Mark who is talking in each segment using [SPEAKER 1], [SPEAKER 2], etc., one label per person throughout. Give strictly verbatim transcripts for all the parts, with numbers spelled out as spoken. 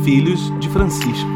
[SPEAKER 1] Filhos de Francisco.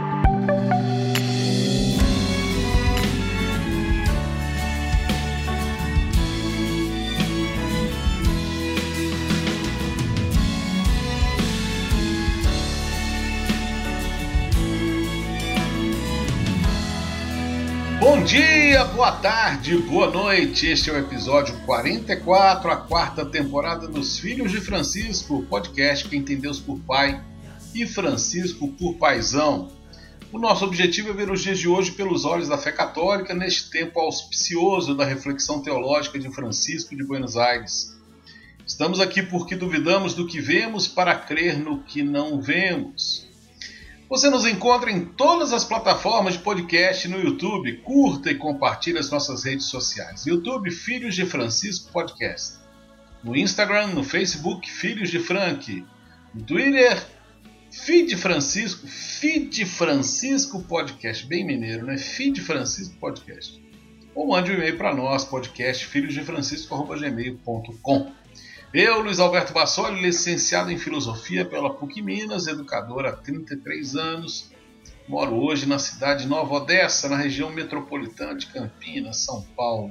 [SPEAKER 2] Bom dia, boa tarde, boa noite. Este é o episódio quarenta e quatro, a quarta temporada dos Filhos de Francisco, podcast Quem tem Deus por Pai e Francisco por Paizão. O nosso objetivo é ver os dias de hoje pelos olhos da fé católica neste tempo auspicioso da reflexão teológica de Francisco de Buenos Aires. Estamos aqui porque duvidamos do que vemos para crer no que não vemos. Você nos encontra em todas as plataformas de podcast no YouTube. Curta e compartilhe as nossas redes sociais. YouTube, Filhos de Francisco Podcast. No Instagram, no Facebook, Filhos de Frank. No Twitter, Feed Francisco, Feed Francisco Podcast. Bem mineiro, né? Feed Francisco Podcast. Ou mande um e-mail para nós, podcast filhosdefrancisco arroba gmail ponto com. Eu, Luiz Alberto Bassoli, licenciado em Filosofia pela P U C Minas, educador há trinta e três anos, moro hoje na cidade de Nova Odessa, na região metropolitana de Campinas, São Paulo.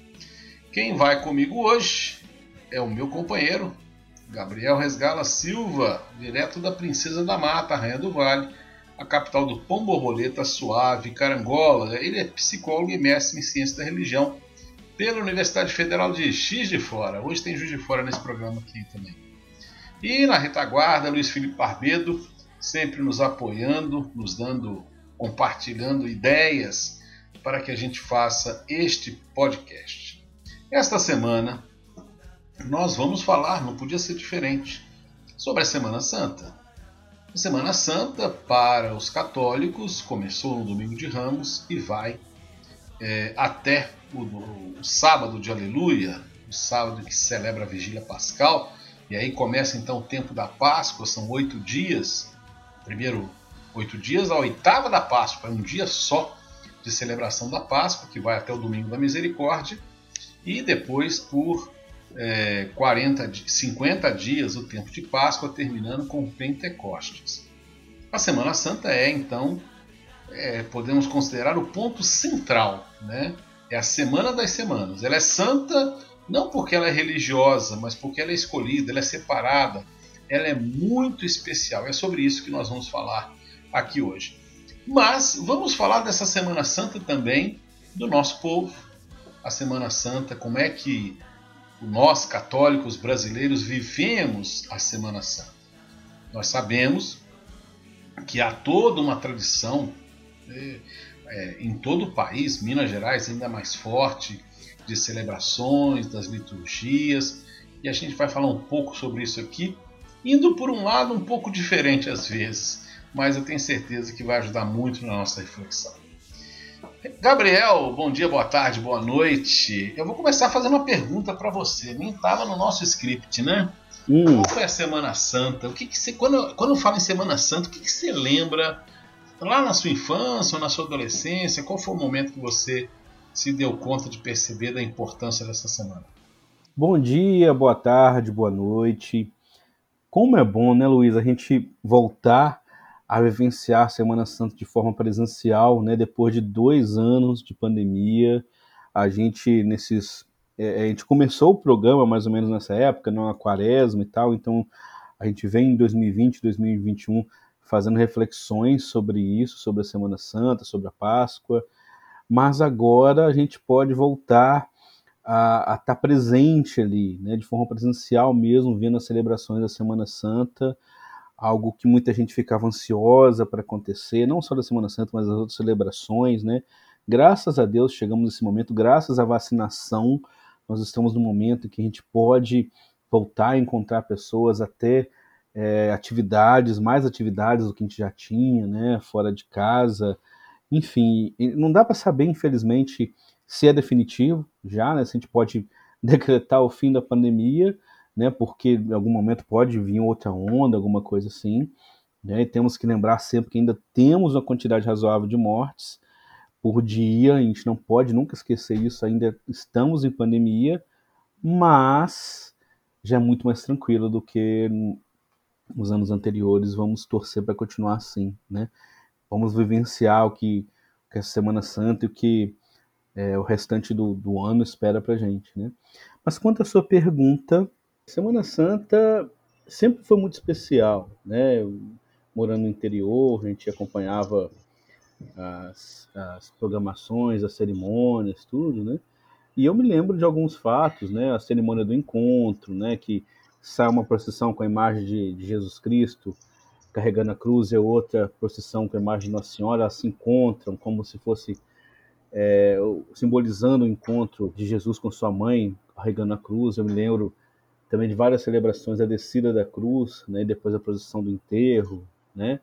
[SPEAKER 2] Quem vai comigo hoje é o meu companheiro, Gabriel Resgala Silva, direto da Princesa da Mata, Rainha do Vale, a capital do Pão Borboleta Suave, Carangola. Ele é psicólogo e mestre em Ciência da Religião pela Universidade Federal de Juiz de Fora. Hoje tem Juiz de Fora nesse programa aqui também. E na retaguarda, Luiz Felipe Barbedo, sempre nos apoiando, nos dando, compartilhando ideias para que a gente faça este podcast. Esta semana nós vamos falar, não podia ser diferente, sobre a Semana Santa. A Semana Santa, para os católicos, começou no Domingo de Ramos e vai é, até o, o sábado de Aleluia, o sábado que celebra a Vigília Pascal, e aí começa então o tempo da Páscoa, são oito dias, primeiro oito dias, a oitava da Páscoa, é um dia só de celebração da Páscoa, que vai até o Domingo da Misericórdia, e depois por é, quarenta, cinquenta dias o tempo de Páscoa, terminando com Pentecostes. A Semana Santa é então, é, podemos considerar o ponto central, né? É a semana das semanas. Ela é santa não porque ela é religiosa, mas porque ela é escolhida, ela é separada, ela é muito especial. É sobre isso que nós vamos falar aqui hoje. Mas vamos falar dessa Semana Santa também do nosso povo. A Semana Santa, como é que nós, católicos brasileiros, vivemos a Semana Santa. Nós sabemos que há toda uma tradição, né, é, em todo o país, Minas Gerais ainda mais forte, de celebrações, das liturgias, e a gente vai falar um pouco sobre isso aqui, indo por um lado um pouco diferente às vezes, mas eu tenho certeza que vai ajudar muito na nossa reflexão. Gabriel, bom dia, boa tarde, boa noite. Eu vou começar fazendo uma pergunta para você, nem estava no nosso script, né? Hum. Qual foi a Semana Santa? O que que você, quando, quando eu falo em Semana Santa, o que, que você lembra lá na sua infância ou na sua adolescência? Qual foi o momento que você se deu conta de perceber da importância dessa semana?
[SPEAKER 3] Bom dia, boa tarde, boa noite. Como é bom, né, Luiz, a gente voltar a vivenciar a Semana Santa de forma presencial, né? Depois de dois anos de pandemia, a gente nesses, é, a gente começou o programa mais ou menos nessa época, na quaresma e tal, então a gente vem em dois mil e vinte, dois mil e vinte e um fazendo reflexões sobre isso, sobre a Semana Santa, sobre a Páscoa, mas agora a gente pode voltar a estar presente ali, né, de forma presencial mesmo, vendo as celebrações da Semana Santa, algo que muita gente ficava ansiosa para acontecer, não só da Semana Santa, mas das outras celebrações, né? Graças a Deus chegamos nesse momento, graças à vacinação, nós estamos no momento em que a gente pode voltar a encontrar pessoas, até é, atividades, mais atividades do que a gente já tinha, né, fora de casa, enfim, não dá para saber, infelizmente, se é definitivo já, né, se a gente pode decretar o fim da pandemia, né, porque em algum momento pode vir outra onda, alguma coisa assim, né, e temos que lembrar sempre que ainda temos uma quantidade razoável de mortes por dia, a gente não pode nunca esquecer isso, ainda estamos em pandemia, mas já é muito mais tranquilo do que os anos anteriores, vamos torcer para continuar assim, né? Vamos vivenciar o que, que a Semana Santa e o que é, o restante do, do ano espera para a gente, né? Mas quanto à sua pergunta, Semana Santa sempre foi muito especial, né? Eu, morando no interior, a gente acompanhava as, as programações, as cerimônias, tudo, né? E eu me lembro de alguns fatos, né? A cerimônia do encontro, né? Que sai uma procissão com a imagem de, de Jesus Cristo carregando a cruz e outra procissão com a imagem de Nossa Senhora, elas se encontram como se fosse é, simbolizando o encontro de Jesus com sua mãe carregando a cruz. Eu me lembro também de várias celebrações da descida da cruz, né? Depois a procissão do enterro, né?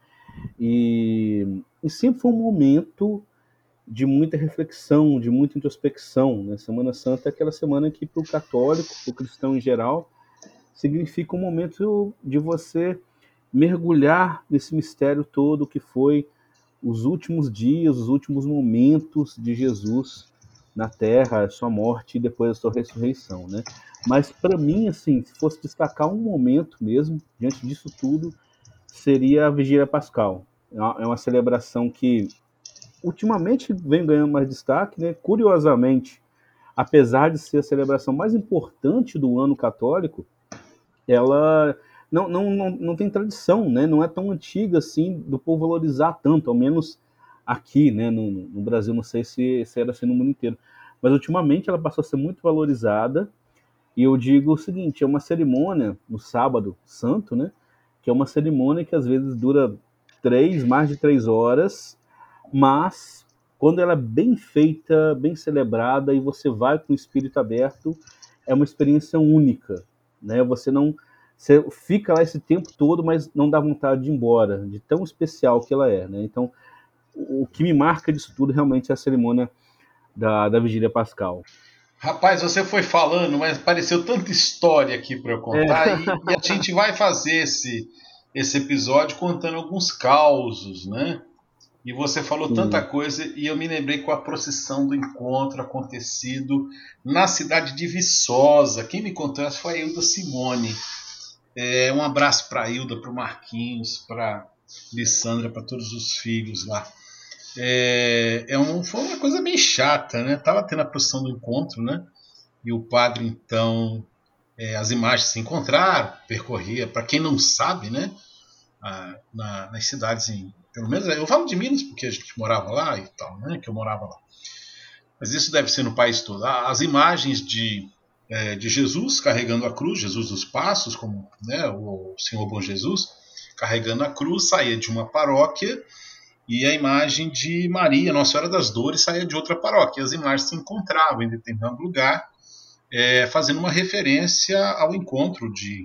[SPEAKER 3] E, e sempre foi um momento de muita reflexão, de muita introspecção, né? Semana Santa é aquela semana que para o católico, para o cristão em geral, significa um momento de você mergulhar nesse mistério todo que foi os últimos dias, os últimos momentos de Jesus na Terra, a sua morte e depois a sua ressurreição, né? Mas para mim, assim, se fosse destacar um momento mesmo, diante disso tudo, seria a Vigília Pascal. É uma celebração que ultimamente vem ganhando mais destaque, né? Curiosamente, apesar de ser a celebração mais importante do ano católico, ela não, não, não, não tem tradição, né? Não é tão antiga assim do povo valorizar tanto, ao menos aqui, né? No, no Brasil, não sei se, se era assim no mundo inteiro, mas ultimamente ela passou a ser muito valorizada. E eu digo o seguinte, é uma cerimônia no sábado santo, né? Que é uma cerimônia que às vezes dura três, mais de três horas, mas quando ela é bem feita, bem celebrada e você vai com o espírito aberto, é uma experiência única, né? Você não, você fica lá esse tempo todo, mas não dá vontade de ir embora, de tão especial que ela é, né? Então, o que me marca disso tudo realmente é a cerimônia da, da Vigília Pascal.
[SPEAKER 2] Rapaz, você foi falando, mas pareceu tanta história aqui para eu contar,
[SPEAKER 3] É.
[SPEAKER 2] e, e a gente vai fazer esse, esse episódio contando alguns causos, né? E você falou tanta
[SPEAKER 3] Sim.
[SPEAKER 2] coisa e eu me lembrei com a procissão do encontro acontecido na cidade de Viçosa. Quem me contou essa foi a Hilda Simone. É, um abraço para a Hilda, para o Marquinhos, para Lissandra, para todos os filhos lá. É, é um, foi uma coisa bem chata, né? Tava tendo a procissão do encontro, né? E o padre, então, é, as imagens se encontraram, percorria, para quem não sabe, né? A, na, nas cidades, em, pelo menos eu falo de Minas porque a gente morava lá e tal, né? Que eu morava lá. Mas isso deve ser no país todo. As imagens de, é, de Jesus carregando a cruz, Jesus dos Passos, como, né, o Senhor Bom Jesus, carregando a cruz, saía de uma paróquia, e a imagem de Maria, Nossa Senhora das Dores, saía de outra paróquia. E as imagens se encontravam em determinado lugar, é, fazendo uma referência ao encontro de,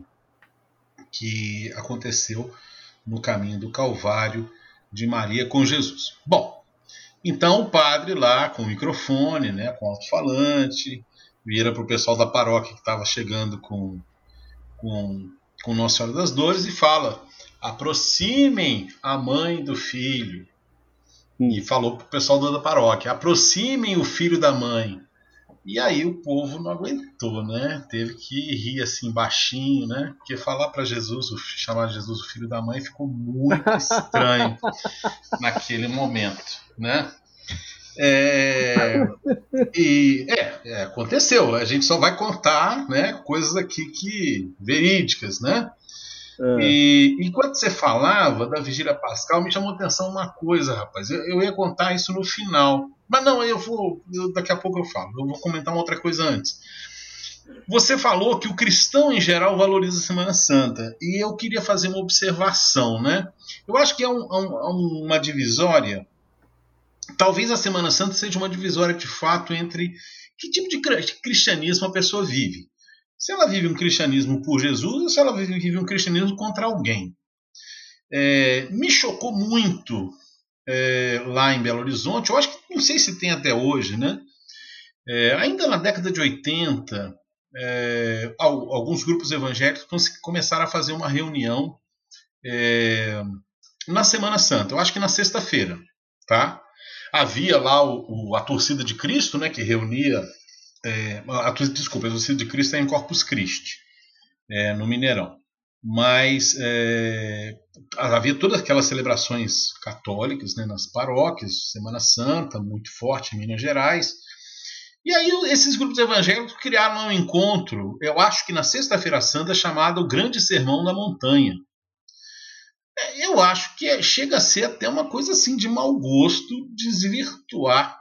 [SPEAKER 2] que aconteceu no caminho do Calvário de Maria com Jesus. Bom, então o padre lá com o microfone, né, com o alto-falante, vira para o pessoal da paróquia que estava chegando com, com, com Nossa Senhora das Dores e fala: aproximem a mãe do filho. Hum. E falou para o pessoal da paróquia: aproximem o filho da mãe. E aí o povo não aguentou, né? Teve que rir assim baixinho, né? Porque falar para Jesus, chamar Jesus o filho da mãe, ficou muito estranho naquele momento, né? É, e é, é, aconteceu. A gente só vai contar, né, coisas aqui que verídicas, né? É. E enquanto você falava da Vigília Pascal, me chamou a atenção uma coisa, rapaz. Eu, eu ia contar isso no final, mas não, eu vou. Eu, daqui a pouco eu falo. Eu vou comentar uma outra coisa antes. Você falou que o cristão em geral valoriza a Semana Santa, e eu queria fazer uma observação, né? Eu acho que é um, um, uma divisória. Talvez a Semana Santa seja uma divisória de fato entre que tipo de cristianismo a pessoa vive. Se ela vive um cristianismo por Jesus ou se ela vive um cristianismo contra alguém. É, me chocou muito é, lá em Belo Horizonte, eu acho que não sei se tem até hoje, né? É, ainda na década de oitenta, é, alguns grupos evangélicos começaram a fazer uma reunião é, na Semana Santa, eu acho que na sexta-feira, tá? Havia lá o, o, a torcida de Cristo, né, que reunia. É, a, desculpa, a torcida de Cristo é em Corpus Christi, é, no Mineirão. mas é, havia todas aquelas celebrações católicas, né, nas paróquias, Semana Santa, muito forte em Minas Gerais. E aí esses grupos evangélicos criaram um encontro, eu acho que na Sexta-feira Santa, chamado o Grande Sermão da Montanha. Eu acho que chega a ser até uma coisa assim de mau gosto desvirtuar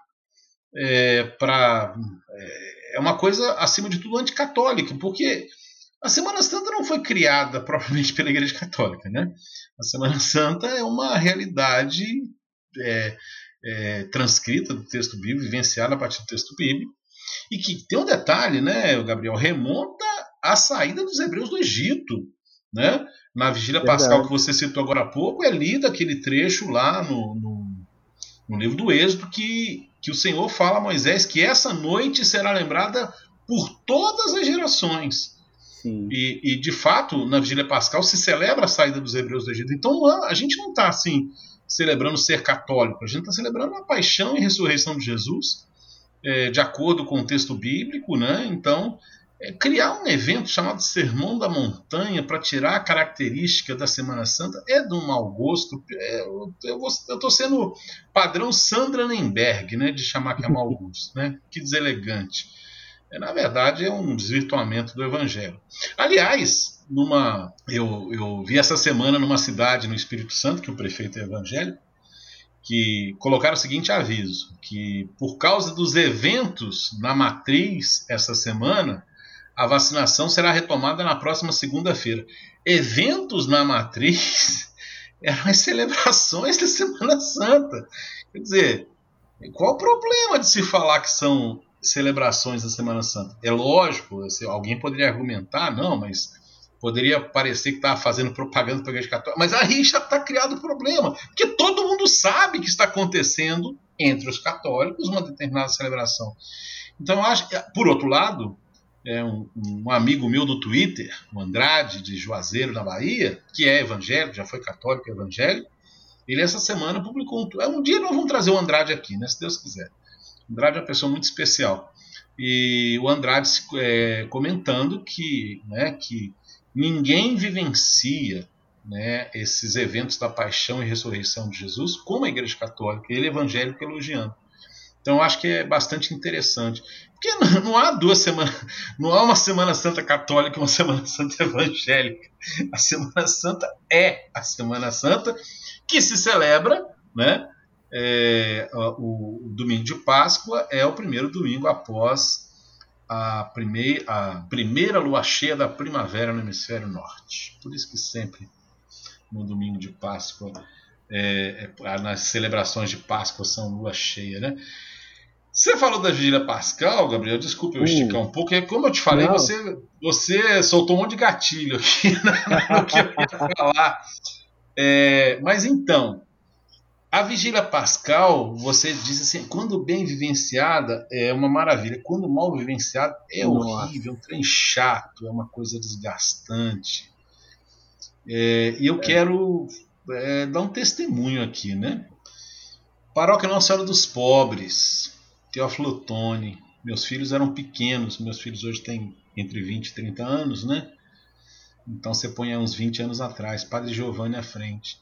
[SPEAKER 2] é, para... É, é uma coisa, acima de tudo, anticatólica, porque a Semana Santa não foi criada propriamente pela Igreja Católica, né? A Semana Santa é uma realidade é, é, transcrita do texto bíblico, vivenciada a partir do texto bíblico, e que tem um detalhe, né, Gabriel, remonta à saída dos hebreus do Egito, né? Na Vigília
[SPEAKER 3] Verdade.
[SPEAKER 2] Pascal que você citou agora há pouco, é lido aquele trecho lá no, no, no livro do Êxodo que, que o Senhor fala a Moisés que essa noite será lembrada por todas as gerações.
[SPEAKER 3] Sim.
[SPEAKER 2] E, e de fato, na Vigília Pascal se celebra a saída dos hebreus do Egito. Então a gente não está assim celebrando ser católico, a gente está celebrando a paixão e ressurreição de Jesus, é, de acordo com o texto bíblico, né? Então, é, criar um evento chamado Sermão da Montanha para tirar a característica da Semana Santa é de um mau gosto. É, eu estou sendo padrão Sandra Nemberg, né, de chamar que é mau gosto, né? Que deselegante. É, na verdade, é um desvirtuamento do Evangelho. Aliás, numa, eu, eu vi essa semana numa cidade no Espírito Santo, que o prefeito é evangélico, que colocaram o seguinte aviso, que por causa dos eventos na matriz essa semana, a vacinação será retomada na próxima segunda-feira. Eventos na matriz eram as celebrações da Semana Santa. Quer dizer, qual o problema de se falar que são celebrações da Semana Santa? É lógico, alguém poderia argumentar, não, mas poderia parecer que estava fazendo propaganda para a Igreja Católica, mas aí já está criado o problema, porque todo mundo sabe que está acontecendo entre os católicos uma determinada celebração. Então, eu acho, por outro lado, é um, um amigo meu do Twitter, o Andrade, de Juazeiro, na Bahia, que é evangélico, já foi católico e evangélico, ele essa semana publicou um... Um dia nós vamos trazer o Andrade aqui, né, se Deus quiser. O Andrade é uma pessoa muito especial. E o Andrade é, comentando que, né, que ninguém vivencia, né, esses eventos da paixão e ressurreição de Jesus como a Igreja Católica, ele evangélico elogiando. Então eu acho que é bastante interessante. Porque não há duas semanas, não há uma Semana Santa católica e uma Semana Santa evangélica. A Semana Santa é a Semana Santa que se celebra, né? É, o, o domingo de Páscoa é o primeiro domingo após a primeira, a primeira lua cheia da primavera no hemisfério norte. Por isso que sempre no domingo de Páscoa, é, é, nas celebrações de Páscoa são lua cheia, né? Você falou da Vigília Pascal, Gabriel, desculpe eu uh, esticar um pouco, como eu te falei, você, você soltou um monte de gatilho aqui no que eu ia falar. É, mas então, a Vigília Pascal, você diz assim, quando bem vivenciada é uma maravilha, quando mal vivenciada é Nossa. horrível, é um trem chato, é uma coisa desgastante. É, e eu é. quero é, dar um testemunho aqui, né? Paróquia Nossa Senhora dos Pobres, Teófilo Otoni, meus filhos eram pequenos, meus filhos hoje têm entre vinte e trinta anos, né? Então você põe uns vinte anos atrás, Padre Giovanni à frente.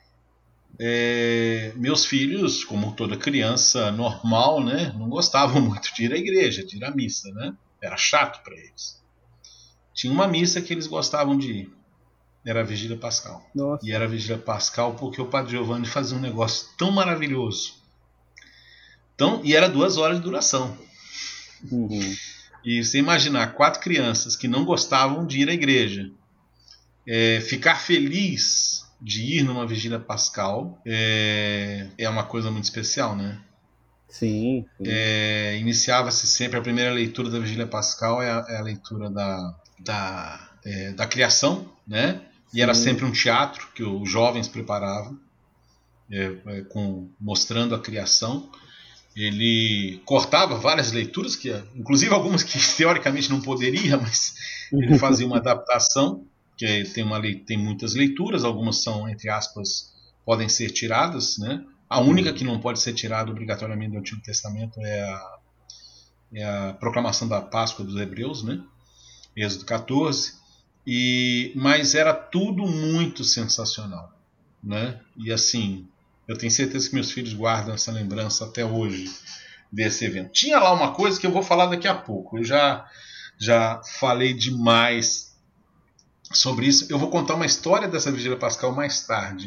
[SPEAKER 2] É, meus filhos, como toda criança normal, né, não gostavam muito de ir à igreja, de ir à missa, né? Era chato para eles. Tinha uma missa que eles gostavam de ir, era a Vigília Pascal.
[SPEAKER 3] Nossa.
[SPEAKER 2] E era a Vigília Pascal porque o Padre Giovanni fazia um negócio tão maravilhoso. Então, e era duas horas de duração.
[SPEAKER 3] Uhum.
[SPEAKER 2] E você imaginar quatro crianças que não gostavam de ir à igreja, é, ficar feliz de ir numa Vigília Pascal é, é uma coisa muito especial, né?
[SPEAKER 3] Sim. sim.
[SPEAKER 2] É, iniciava-se sempre a primeira leitura da Vigília Pascal, é a, é a leitura da, da, é, da criação, né? E sim. Era sempre um teatro que os jovens preparavam, é, é, com, mostrando a criação. Ele cortava várias leituras, que, inclusive algumas que teoricamente não poderia, mas ele fazia uma adaptação, que tem, uma, tem muitas leituras, algumas são, entre aspas, podem ser tiradas, né? A única que não pode ser tirada obrigatoriamente do Antigo Testamento é a, é a proclamação da Páscoa dos Hebreus, né? Êxodo catorze. E, mas era tudo muito sensacional, né? E assim, eu tenho certeza que meus filhos guardam essa lembrança até hoje desse evento. Tinha lá uma coisa que eu vou falar daqui a pouco. Eu já, já falei demais sobre isso. Eu vou contar uma história dessa Vigília Pascal mais tarde.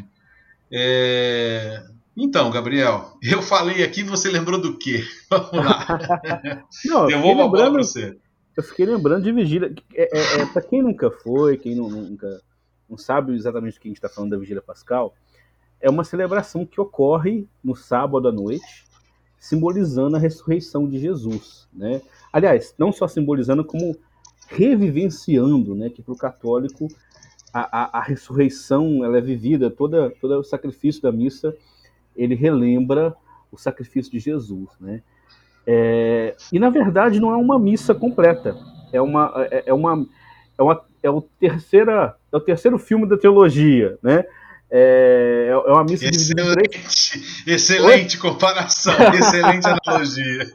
[SPEAKER 2] É... Então, Gabriel, eu falei aqui, você lembrou do quê? Vamos lá.
[SPEAKER 3] Não, eu fiquei
[SPEAKER 2] Devolvo a bola para
[SPEAKER 3] lembrando,
[SPEAKER 2] você.
[SPEAKER 3] eu fiquei lembrando de Vigília. É, é, é, para quem nunca foi, quem não, nunca não sabe exatamente o que a gente está falando da Vigília Pascal, é uma celebração que ocorre no sábado à noite, simbolizando a ressurreição de Jesus, né? Aliás, não só simbolizando, como revivenciando, né? Que para o católico a, a, a ressurreição ela é vivida, toda, todo o sacrifício da missa ele relembra o sacrifício de Jesus, né? É, e na verdade não é uma missa completa, é uma é, é uma é uma é o terceira é o terceiro filme da trilogia, né? É, é uma missa
[SPEAKER 2] excelente,
[SPEAKER 3] dividida em três.
[SPEAKER 2] Excelente Oi? Comparação, excelente analogia.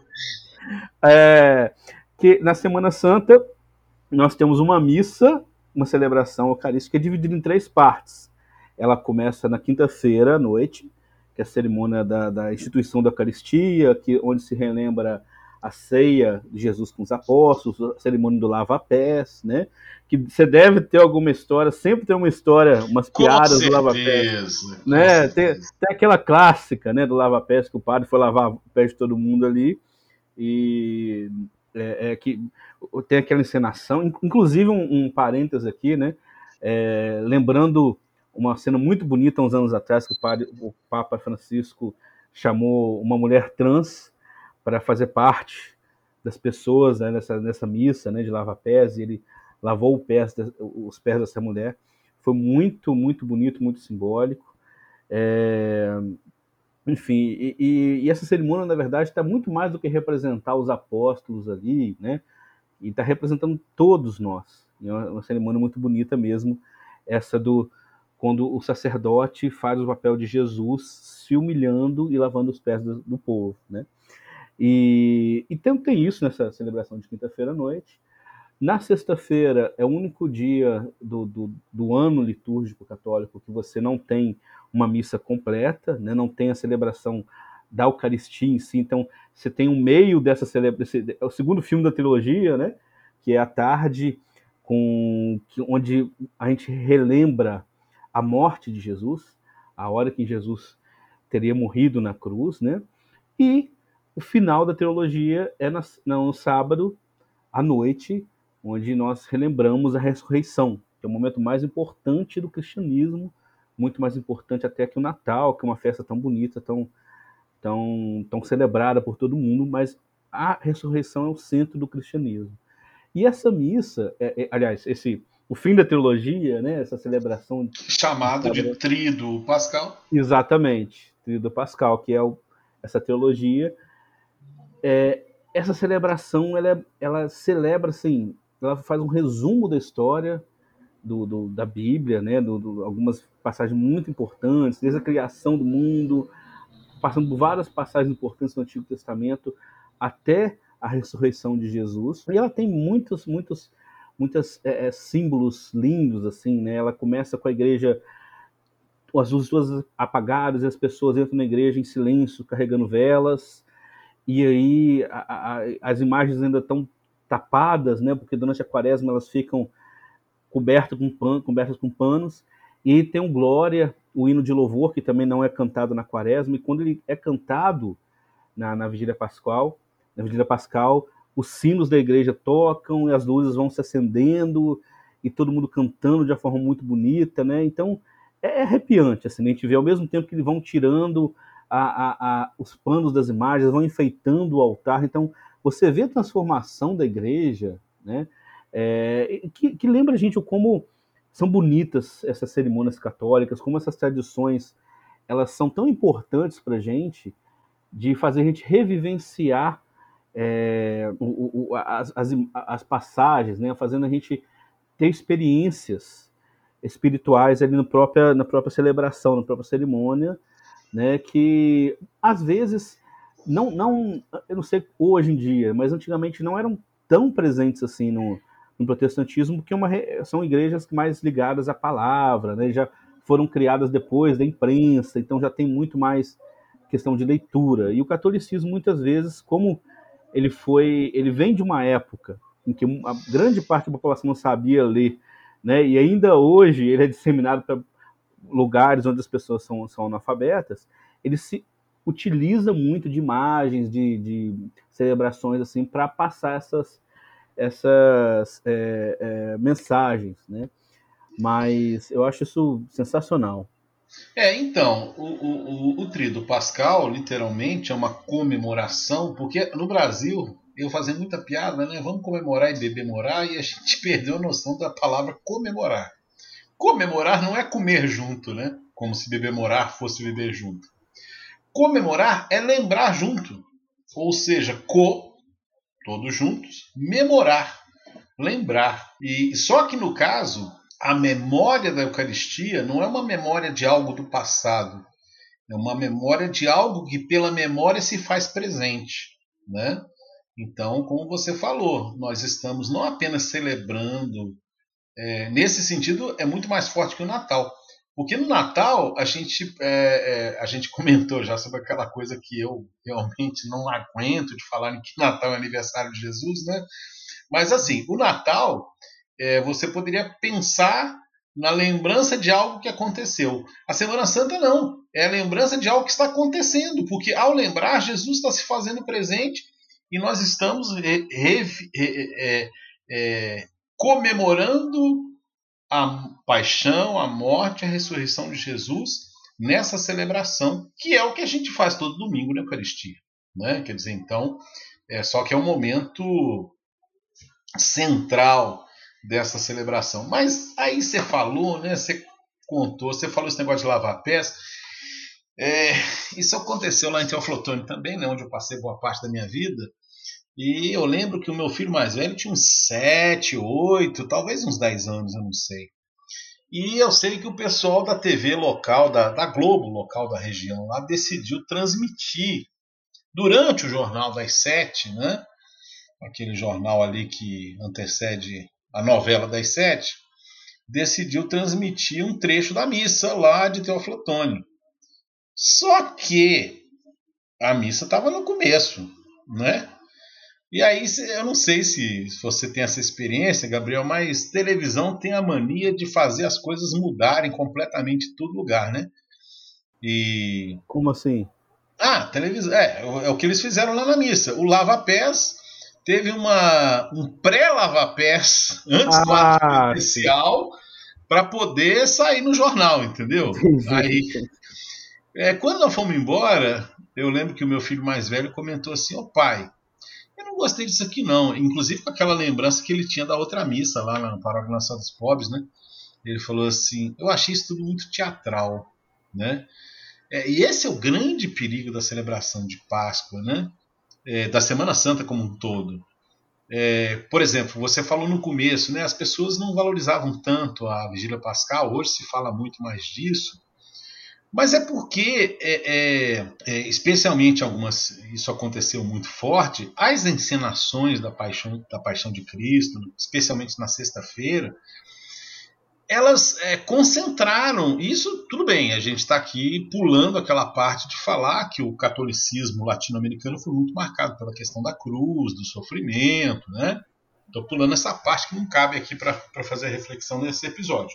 [SPEAKER 3] É, que na Semana Santa nós temos uma missa, uma celebração eucarística dividida em três partes. Ela começa na quinta-feira à noite, que é a cerimônia da, da instituição da Eucaristia, que, onde se relembra a ceia de Jesus com os apóstolos, a cerimônia do lava-pés, né? Que você deve ter alguma história, sempre tem uma história, umas piadas do lava-pés. Né? Tem, tem aquela clássica, né, do lava-pés, que o padre foi lavar o pé de todo mundo ali, e é, é que tem aquela encenação, inclusive um, um parênteses aqui, né? É, lembrando uma cena muito bonita uns anos atrás que o, padre, o Papa Francisco chamou uma mulher trans para fazer parte das pessoas, né, nessa, nessa missa, né, de lava-pés, e ele lavou pés, os pés dessa mulher. Foi muito, muito bonito, muito simbólico. É... Enfim, e, e, e essa cerimônia, na verdade, está muito mais do que representar os apóstolos ali, né? E está representando todos nós. É uma, uma cerimônia muito bonita mesmo, essa do quando o sacerdote faz o papel de Jesus se humilhando e lavando os pés do, do povo, né? E, e tem, tem isso nessa celebração de quinta-feira à noite. Na sexta-feira é o único dia do, do, do ano litúrgico católico que você não tem uma missa completa, né? Não tem a celebração da Eucaristia em si. Então, você tem um meio dessa celebração, é o segundo filme da trilogia, né? Que é a tarde, com, que, onde a gente relembra a morte de Jesus, a hora que Jesus teria morrido na cruz, né? E o final da trilogia é na, no sábado à noite, onde nós relembramos a ressurreição, que é o momento mais importante do cristianismo, muito mais importante até que o Natal, que é uma festa tão bonita, tão, tão, tão celebrada por todo mundo, mas a ressurreição é o centro do cristianismo. E essa missa, é, é, aliás, esse, o fim da trilogia, né, essa celebração...
[SPEAKER 2] Chamado de, de Tríduo Pascal.
[SPEAKER 3] Exatamente, Tríduo Pascal, que é o, essa trilogia. É, essa celebração, ela, ela celebra, assim, ela faz um resumo da história do, do, da Bíblia, né, do, do, algumas passagens muito importantes, desde a criação do mundo, passando por várias passagens importantes no Antigo Testamento, até a ressurreição de Jesus. E ela tem muitos, muitos, muitos é, símbolos lindos, assim, né? Ela começa com a igreja, as luzes todas apagadas, e as pessoas entram na igreja em silêncio, carregando velas, e aí a, a, as imagens ainda estão tapadas, né? Porque durante a quaresma elas ficam cobertas com, pan, cobertas com panos, e aí tem um Glória, o hino de louvor, que também não é cantado na quaresma, e quando ele é cantado na, na Vigília Pascal, na Vigília Pascal, os sinos da igreja tocam, e as luzes vão se acendendo, e todo mundo cantando de uma forma muito bonita, né? Então, é arrepiante, assim, a gente vê ao mesmo tempo que eles vão tirando a, a, a, os panos das imagens, vão enfeitando o altar, então você vê a transformação da igreja, né? É, que, que lembra a gente como são bonitas essas cerimônias católicas, como essas tradições, elas são tão importantes para a gente, de fazer a gente revivenciar é, o, o, as, as, as passagens, né? Fazendo a gente ter experiências espirituais ali no própria, na própria celebração, na própria cerimônia, né? Que às vezes, não, não, eu não sei hoje em dia, mas antigamente não eram tão presentes assim no, no protestantismo, que é uma, são igrejas mais ligadas à palavra, né? Já foram criadas depois da imprensa, então já tem muito mais questão de leitura. E o catolicismo, muitas vezes, como ele foi, ele vem de uma época em que a grande parte da população não sabia ler, né? E ainda hoje ele é disseminado para lugares onde as pessoas são, são analfabetas, ele se utiliza muito de imagens, de, de celebrações assim, para passar essas, essas é, é, mensagens, né? Mas eu acho isso sensacional.
[SPEAKER 2] É, então, o, o, o, o Tríduo Pascal, literalmente, é uma comemoração, porque no Brasil, eu fazia muita piada, né? Vamos comemorar e bebemorar, e a gente perdeu a noção da palavra comemorar. Comemorar não é comer junto, né? Como se bebemorar fosse beber junto. Comemorar é lembrar junto. Ou seja, co, todos juntos, memorar, lembrar. E só que no caso, a memória da Eucaristia não é uma memória de algo do passado. É uma memória de algo que pela memória se faz presente, né? Então, como você falou, nós estamos não apenas celebrando, é, nesse sentido é muito mais forte que o Natal. Porque no Natal a gente, é, é, a gente comentou já sobre aquela coisa que eu realmente não aguento de falar que Natal é aniversário de Jesus, né? Mas assim, o Natal, é, você poderia pensar na lembrança de algo que aconteceu. A Semana Santa não, é a lembrança de algo que está acontecendo, porque ao lembrar, Jesus está se fazendo presente e nós estamos re, re, re, é, é, comemorando a paixão, a morte e a ressurreição de Jesus nessa celebração, que é o que a gente faz todo domingo na Eucaristia, né? Quer dizer, então, é, só que é um momento central dessa celebração. Mas aí você falou, né? Você contou, você falou esse negócio de lavar pés. É, isso aconteceu lá em Teoflotone também, né? Onde eu passei boa parte da minha vida. E eu lembro que o meu filho mais velho tinha uns sete, oito, talvez uns dez anos, eu não sei. E eu sei que o pessoal da T V local, da, da Globo local da região lá, decidiu transmitir durante o Jornal das Sete, né? Aquele jornal ali que antecede a novela das sete, decidiu transmitir um trecho da missa lá de Teoflotone. Só que a missa estava no começo, né? E aí, eu não sei se você tem essa experiência, Gabriel, mas televisão tem a mania de fazer as coisas mudarem completamente em todo lugar, né? E...
[SPEAKER 3] Como assim?
[SPEAKER 2] Ah, televisão. É, é o que eles fizeram lá na missa. O lava-pés teve uma, um pré-lava-pés antes do ato
[SPEAKER 3] Ah,
[SPEAKER 2] especial para poder sair no jornal, entendeu?
[SPEAKER 3] entendi.
[SPEAKER 2] Aí, é, quando nós fomos embora, eu lembro que o meu filho mais velho comentou assim: ô pai, eu não gostei disso aqui não. Inclusive com aquela lembrança que ele tinha da outra missa lá na Paróquia Nossa Senhora dos Pobres, né? Ele falou assim: eu achei isso tudo muito teatral, né? É, e esse é o grande perigo da celebração de Páscoa, né? É, da Semana Santa como um todo. É, por exemplo, você falou no começo, né? As pessoas não valorizavam tanto a Vigília Pascal. Hoje se fala muito mais disso. Mas é porque, é, é, é, especialmente algumas, isso aconteceu muito forte, as encenações da Paixão, da Paixão de Cristo, especialmente na sexta-feira, elas é, concentraram, isso tudo bem, a gente está aqui pulando aquela parte de falar que o catolicismo latino-americano foi muito marcado pela questão da cruz, do sofrimento, né? Estou pulando essa parte que não cabe aqui para fazer a reflexão nesse episódio.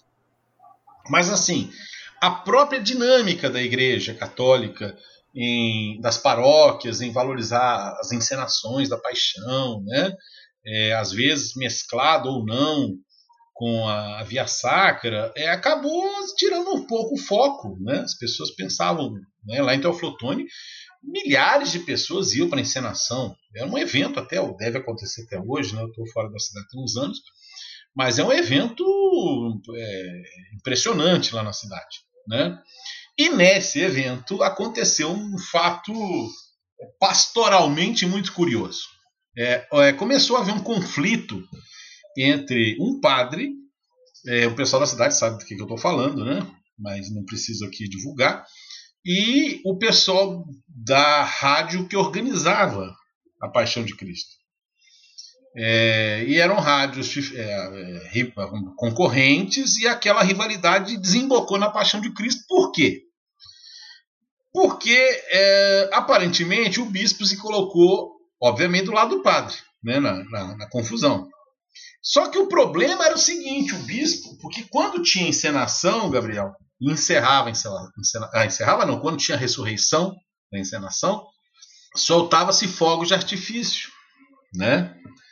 [SPEAKER 2] Mas assim, a própria dinâmica da Igreja Católica, em, das paróquias, em valorizar as encenações da paixão, né? É, às vezes mesclado ou não com a, a via sacra, é, acabou tirando um pouco o foco, né? As pessoas pensavam, né, lá em Teoflotone, milhares de pessoas iam para a encenação. Era um evento até, deve acontecer até hoje, né? Eu estou fora da cidade há uns anos, mas é um evento é, impressionante lá na cidade, né? E nesse evento aconteceu um fato pastoralmente muito curioso. É, é, começou a haver um conflito entre um padre, é, o pessoal da cidade sabe do que, que eu estou falando, né? Mas não preciso aqui divulgar, e o pessoal da rádio que organizava a Paixão de Cristo. É, e eram rádios é, é, concorrentes, e aquela rivalidade desembocou na Paixão de Cristo. Por quê? Porque, é, aparentemente, o bispo se colocou, obviamente, do lado do padre, né, na, na, na confusão. Só que o problema era o seguinte, o bispo, porque quando tinha encenação, Gabriel, e encerrava, encerrava, ah, encerrava não, quando tinha ressurreição da encenação, soltava-se fogos de artifício, né,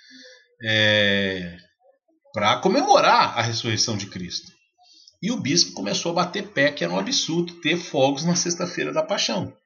[SPEAKER 2] é, para comemorar a ressurreição de Cristo. E o bispo começou a bater pé que era um absurdo ter fogos na sexta-feira da Paixão.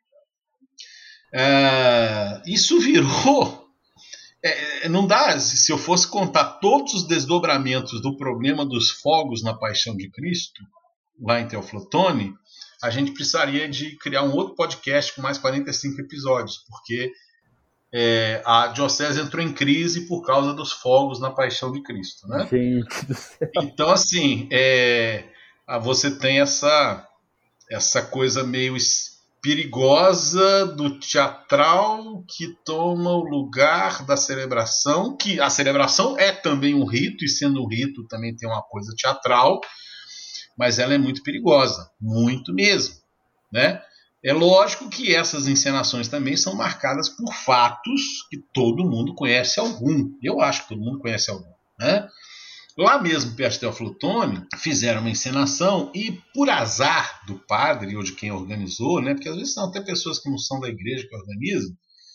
[SPEAKER 2] É, isso virou... É, não dá, se eu fosse contar todos os desdobramentos do problema dos fogos na Paixão de Cristo, lá em Teoflotone, a gente precisaria de criar um outro podcast com mais quarenta e cinco episódios, porque é, a diocese entrou em crise por causa dos fogos na Paixão de Cristo, né?
[SPEAKER 3] Gente do céu.
[SPEAKER 2] Então, assim, é, você tem essa, essa coisa meio perigosa do teatral que toma o lugar da celebração, que a celebração é também um rito, e sendo um rito também tem uma coisa teatral, mas ela é muito perigosa, muito mesmo, né? É lógico que essas encenações também são marcadas por fatos que todo mundo conhece algum. Eu acho que todo mundo conhece algum, né? Lá mesmo, perto de Teoflotone, fizeram uma encenação e, por azar do padre ou de quem organizou, né, porque às vezes são até pessoas que não são da igreja que organizam,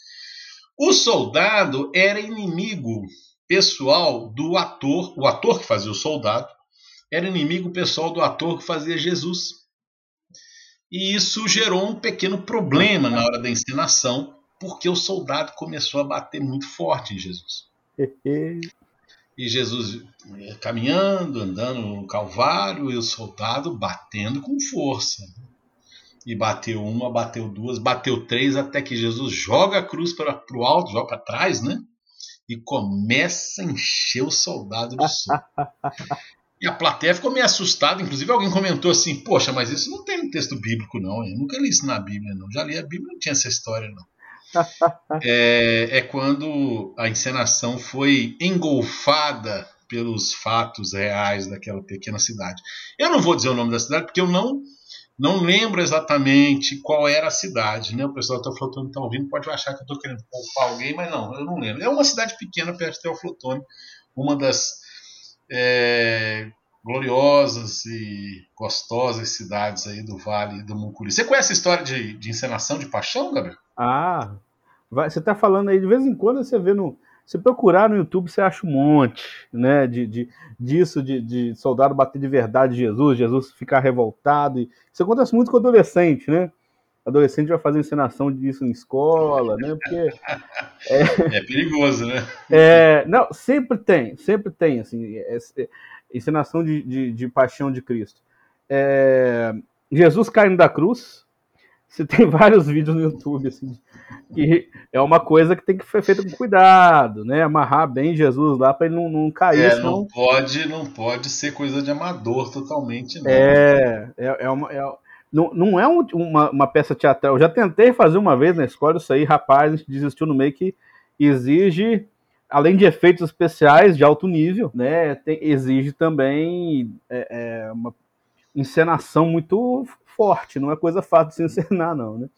[SPEAKER 2] o soldado era inimigo pessoal do ator, o ator que fazia o soldado, era inimigo pessoal do ator que fazia Jesus. E isso gerou um pequeno problema na hora da encenação, porque o soldado começou a bater muito forte em Jesus. E Jesus caminhando, andando no Calvário, e o soldado batendo com força. E bateu uma, bateu duas, bateu três, até que Jesus joga a cruz para o alto, joga para trás, né? E começa a encher o soldado de soco. E a plateia ficou meio assustada, inclusive alguém comentou assim, poxa, mas isso não tem no texto bíblico não, eu nunca li isso na Bíblia não, já li a Bíblia, não tinha essa história não. É, é quando a encenação foi engolfada pelos fatos reais daquela pequena cidade. Eu não vou dizer o nome da cidade porque eu não, não lembro exatamente qual era a cidade, né? O pessoal da Teoflotone está ouvindo, pode achar que eu estou querendo poupar alguém, mas não, eu não lembro. É uma cidade pequena perto de Teoflotone, uma das é, gloriosas e gostosas cidades aí do Vale do Mucuri. Você conhece a história de, de encenação de Paixão, Gabriel?
[SPEAKER 3] Ah, vai, você está falando aí, de vez em quando você vê no... Se procurar no YouTube, você acha um monte, né, de, de, disso, de, de soldado bater de verdade Jesus, Jesus ficar revoltado. E isso acontece muito com adolescente, né? Adolescente vai fazer encenação disso em escola, né? Porque
[SPEAKER 2] é, é perigoso, né?
[SPEAKER 3] É, não, sempre tem, sempre tem, assim, é, é, encenação de, de, de Paixão de Cristo. É, Jesus caindo da cruz. Você tem vários vídeos no YouTube, assim, que é uma coisa que tem que ser feita com cuidado, né? Amarrar bem Jesus lá para ele não, não cair.
[SPEAKER 2] É,
[SPEAKER 3] senão...
[SPEAKER 2] não pode, não pode ser coisa de amador totalmente, não.
[SPEAKER 3] É, é, é uma... É, não, não é um, uma, uma peça teatral. Eu já tentei fazer uma vez na escola isso aí, rapaz, a gente desistiu no meio, que exige, além de efeitos especiais de alto nível, né? Tem, exige também é, é, uma encenação muito forte, não é coisa fácil de se encenar, não, né?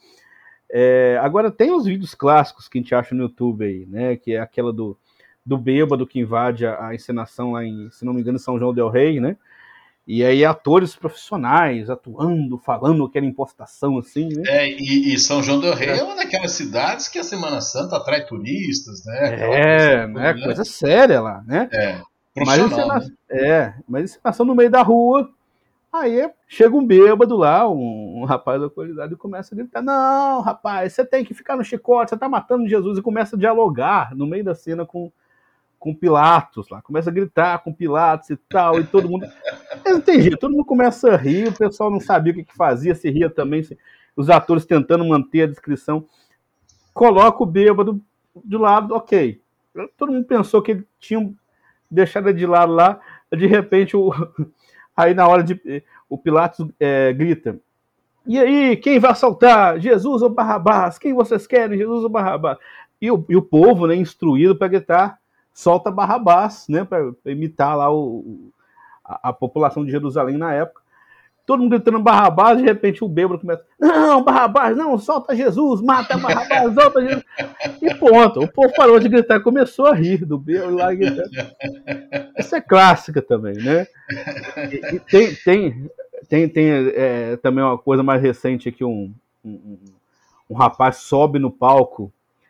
[SPEAKER 3] É, agora, tem os vídeos clássicos que a gente acha no YouTube aí, né? Que é aquela do, do bêbado que invade a, a encenação lá em, se não me engano, São João del Rei, né? E aí atores profissionais atuando, falando aquela impostação assim, né?
[SPEAKER 2] É, e, e São João del Rei é. é uma daquelas cidades que a Semana Santa atrai turistas, né?
[SPEAKER 3] Aquela é, coisa, né? Né? Coisa séria lá, né?
[SPEAKER 2] É, profissional,
[SPEAKER 3] mas,
[SPEAKER 2] né?
[SPEAKER 3] É, mas encenação no meio da rua. Aí chega um bêbado lá, um, um rapaz da qualidade, e começa a gritar, não, rapaz, você tem que ficar no chicote, você tá matando Jesus, e começa a dialogar no meio da cena com, com Pilatos lá, começa a gritar com Pilatos e tal, e todo mundo... Não tem jeito, todo mundo começa a rir, o pessoal não sabia o que, que fazia, se ria também, se... os atores tentando manter a descrição, coloca o bêbado de lado, ok. Todo mundo pensou que ele tinha deixado de lado lá, de repente o... Aí na hora de... O Pilatos é, grita, e aí, quem vai assaltar? Jesus ou Barrabás? Quem vocês querem? Jesus ou Barrabás? E o, e o povo, né, instruído para gritar, solta Barrabás, né, para imitar lá o, a, a população de Jerusalém na época. Todo mundo gritando Barrabás, de repente o bêbado começa, não, Barrabás, não, solta Jesus, mata Barrabás, solta Jesus. E ponto, o povo parou de gritar, começou a rir do bêbado lá gritando. Essa é clássica também, né? E, e tem, tem, tem, tem é, também uma coisa mais recente que um, um, um rapaz sobe no palco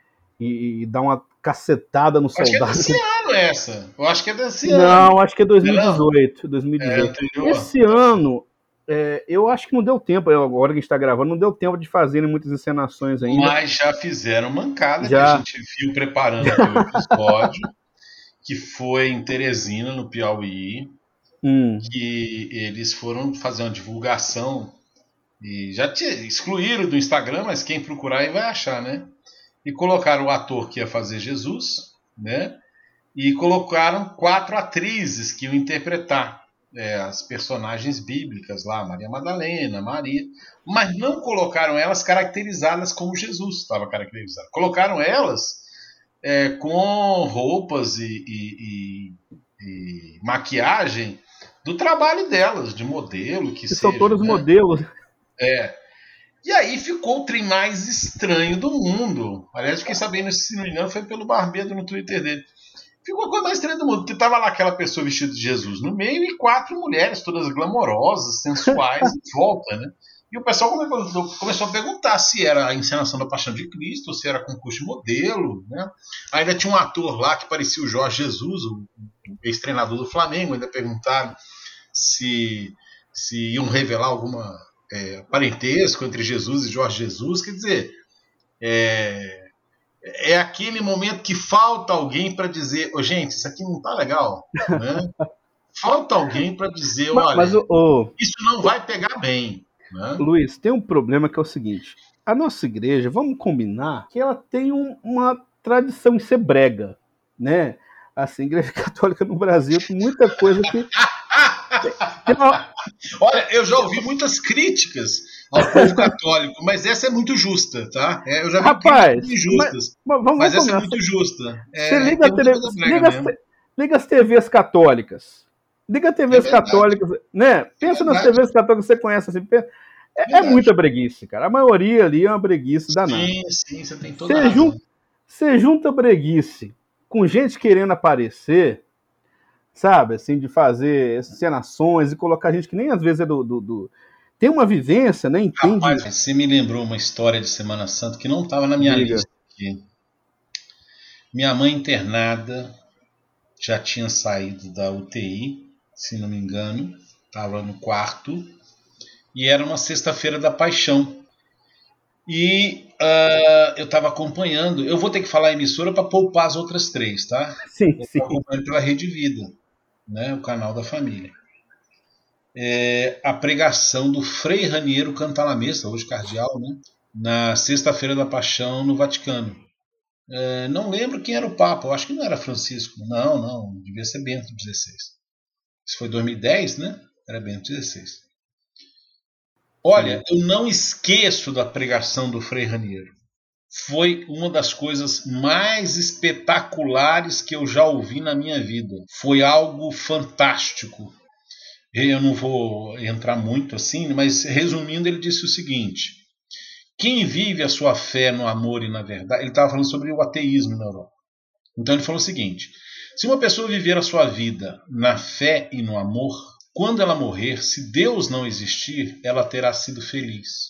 [SPEAKER 3] e, e dá uma cacetada no
[SPEAKER 2] Acho que é
[SPEAKER 3] soldado.
[SPEAKER 2] desse ano essa. Eu acho que é desse
[SPEAKER 3] Não,
[SPEAKER 2] ano.
[SPEAKER 3] Não, acho que é dois mil e dezoito.
[SPEAKER 2] Não?
[SPEAKER 3] dois mil e dezoito.
[SPEAKER 2] É,
[SPEAKER 3] Esse ano, é, eu acho que não deu tempo, agora que a gente está gravando, não deu tempo de fazerem muitas encenações ainda.
[SPEAKER 2] Mas já fizeram mancada
[SPEAKER 3] já.
[SPEAKER 2] que a gente viu preparando o episódio, que foi em Teresina, no Piauí, hum. que eles foram fazer uma divulgação e já te excluíram do Instagram, mas quem procurar aí vai achar, né? E colocaram o ator que ia fazer Jesus, né? E colocaram quatro atrizes que iam interpretar é, as personagens bíblicas lá, Maria Madalena, Maria, mas não colocaram elas caracterizadas como Jesus estava caracterizado. Colocaram elas é, com roupas e, e, e, e maquiagem do trabalho delas, de modelo, que, que seja.
[SPEAKER 3] São todos
[SPEAKER 2] né?
[SPEAKER 3] modelos.
[SPEAKER 2] É. E aí ficou o trem mais estranho do mundo. Aliás, fiquei sabendo, se não me engano, foi pelo Barbedo no Twitter dele. Ficou a coisa mais estranha do mundo, porque tava lá aquela pessoa vestida de Jesus no meio e quatro mulheres, todas glamorosas, sensuais, em volta, né? E o pessoal começou a perguntar se era a encenação da Paixão de Cristo, ou se era concurso de modelo, né? Ainda tinha um ator lá que parecia o Jorge Jesus, o ex-treinador do Flamengo, ainda perguntaram se, se iam revelar alguma é, parentesco entre Jesus e Jorge Jesus. Quer dizer, é... é aquele momento que falta alguém para dizer, oh, gente, isso aqui não tá legal, né? Falta alguém para dizer,
[SPEAKER 3] mas,
[SPEAKER 2] olha,
[SPEAKER 3] mas, oh, oh,
[SPEAKER 2] isso não vai pegar bem, né?
[SPEAKER 3] Luiz, tem um problema que é o seguinte, a nossa igreja, vamos combinar que ela tem um, uma tradição em ser brega, né? Assim, a igreja católica no Brasil tem muita coisa que... tem uma...
[SPEAKER 2] Olha, eu já ouvi muitas críticas ao povo católico, mas essa é muito justa, tá? É, eu já vi
[SPEAKER 3] Rapaz,
[SPEAKER 2] críticas injustas,
[SPEAKER 3] mas, vamos,
[SPEAKER 2] mas
[SPEAKER 3] vamos
[SPEAKER 2] essa é muito justa. É,
[SPEAKER 3] você liga, tele... liga, as, liga as T Vs católicas. Liga T Vs é católicas, né? Pensa é nas T Vs católicas que você conhece assim. É, é muita breguice, cara. A maioria ali é uma breguice danada.
[SPEAKER 2] Sim, sim, você tem toda
[SPEAKER 3] você
[SPEAKER 2] a razão.
[SPEAKER 3] Junta, você junta breguice com gente querendo aparecer, sabe? Assim, de fazer encenações e colocar gente que nem às vezes é do... do, do... tem uma vivência, né? Entende?
[SPEAKER 2] Rapaz, você me lembrou uma história de Semana Santa que não estava na minha Diga. lista aqui. Minha mãe internada, já tinha saído da U T I, se não me engano, estava no quarto, e era uma sexta-feira da Paixão. E uh, eu estava acompanhando, eu vou ter que falar a emissora para poupar as outras três, tá?
[SPEAKER 3] Sim,
[SPEAKER 2] eu
[SPEAKER 3] sim.
[SPEAKER 2] acompanhando pela Rede Vida, né, o canal da família. É, a pregação do Frei Raniero Cantalamessa, hoje cardeal, né, na sexta-feira da Paixão no Vaticano. É, não lembro quem era o Papa, eu acho que não era Francisco, não, não, devia ser Bento dezesseis. Isso foi dois mil e dez, né? Era Bento dezesseis. Olha, Sim. eu não esqueço da pregação do Frei Raniero. Foi uma das coisas mais espetaculares que eu já ouvi na minha vida. Foi algo fantástico. Eu não vou entrar muito assim, mas resumindo, ele disse o seguinte: quem vive a sua fé no amor e na verdade... Ele estava falando sobre o ateísmo na Europa. Então ele falou o seguinte: se uma pessoa viver a sua vida na fé e no amor, quando ela morrer, se Deus não existir, ela terá sido feliz.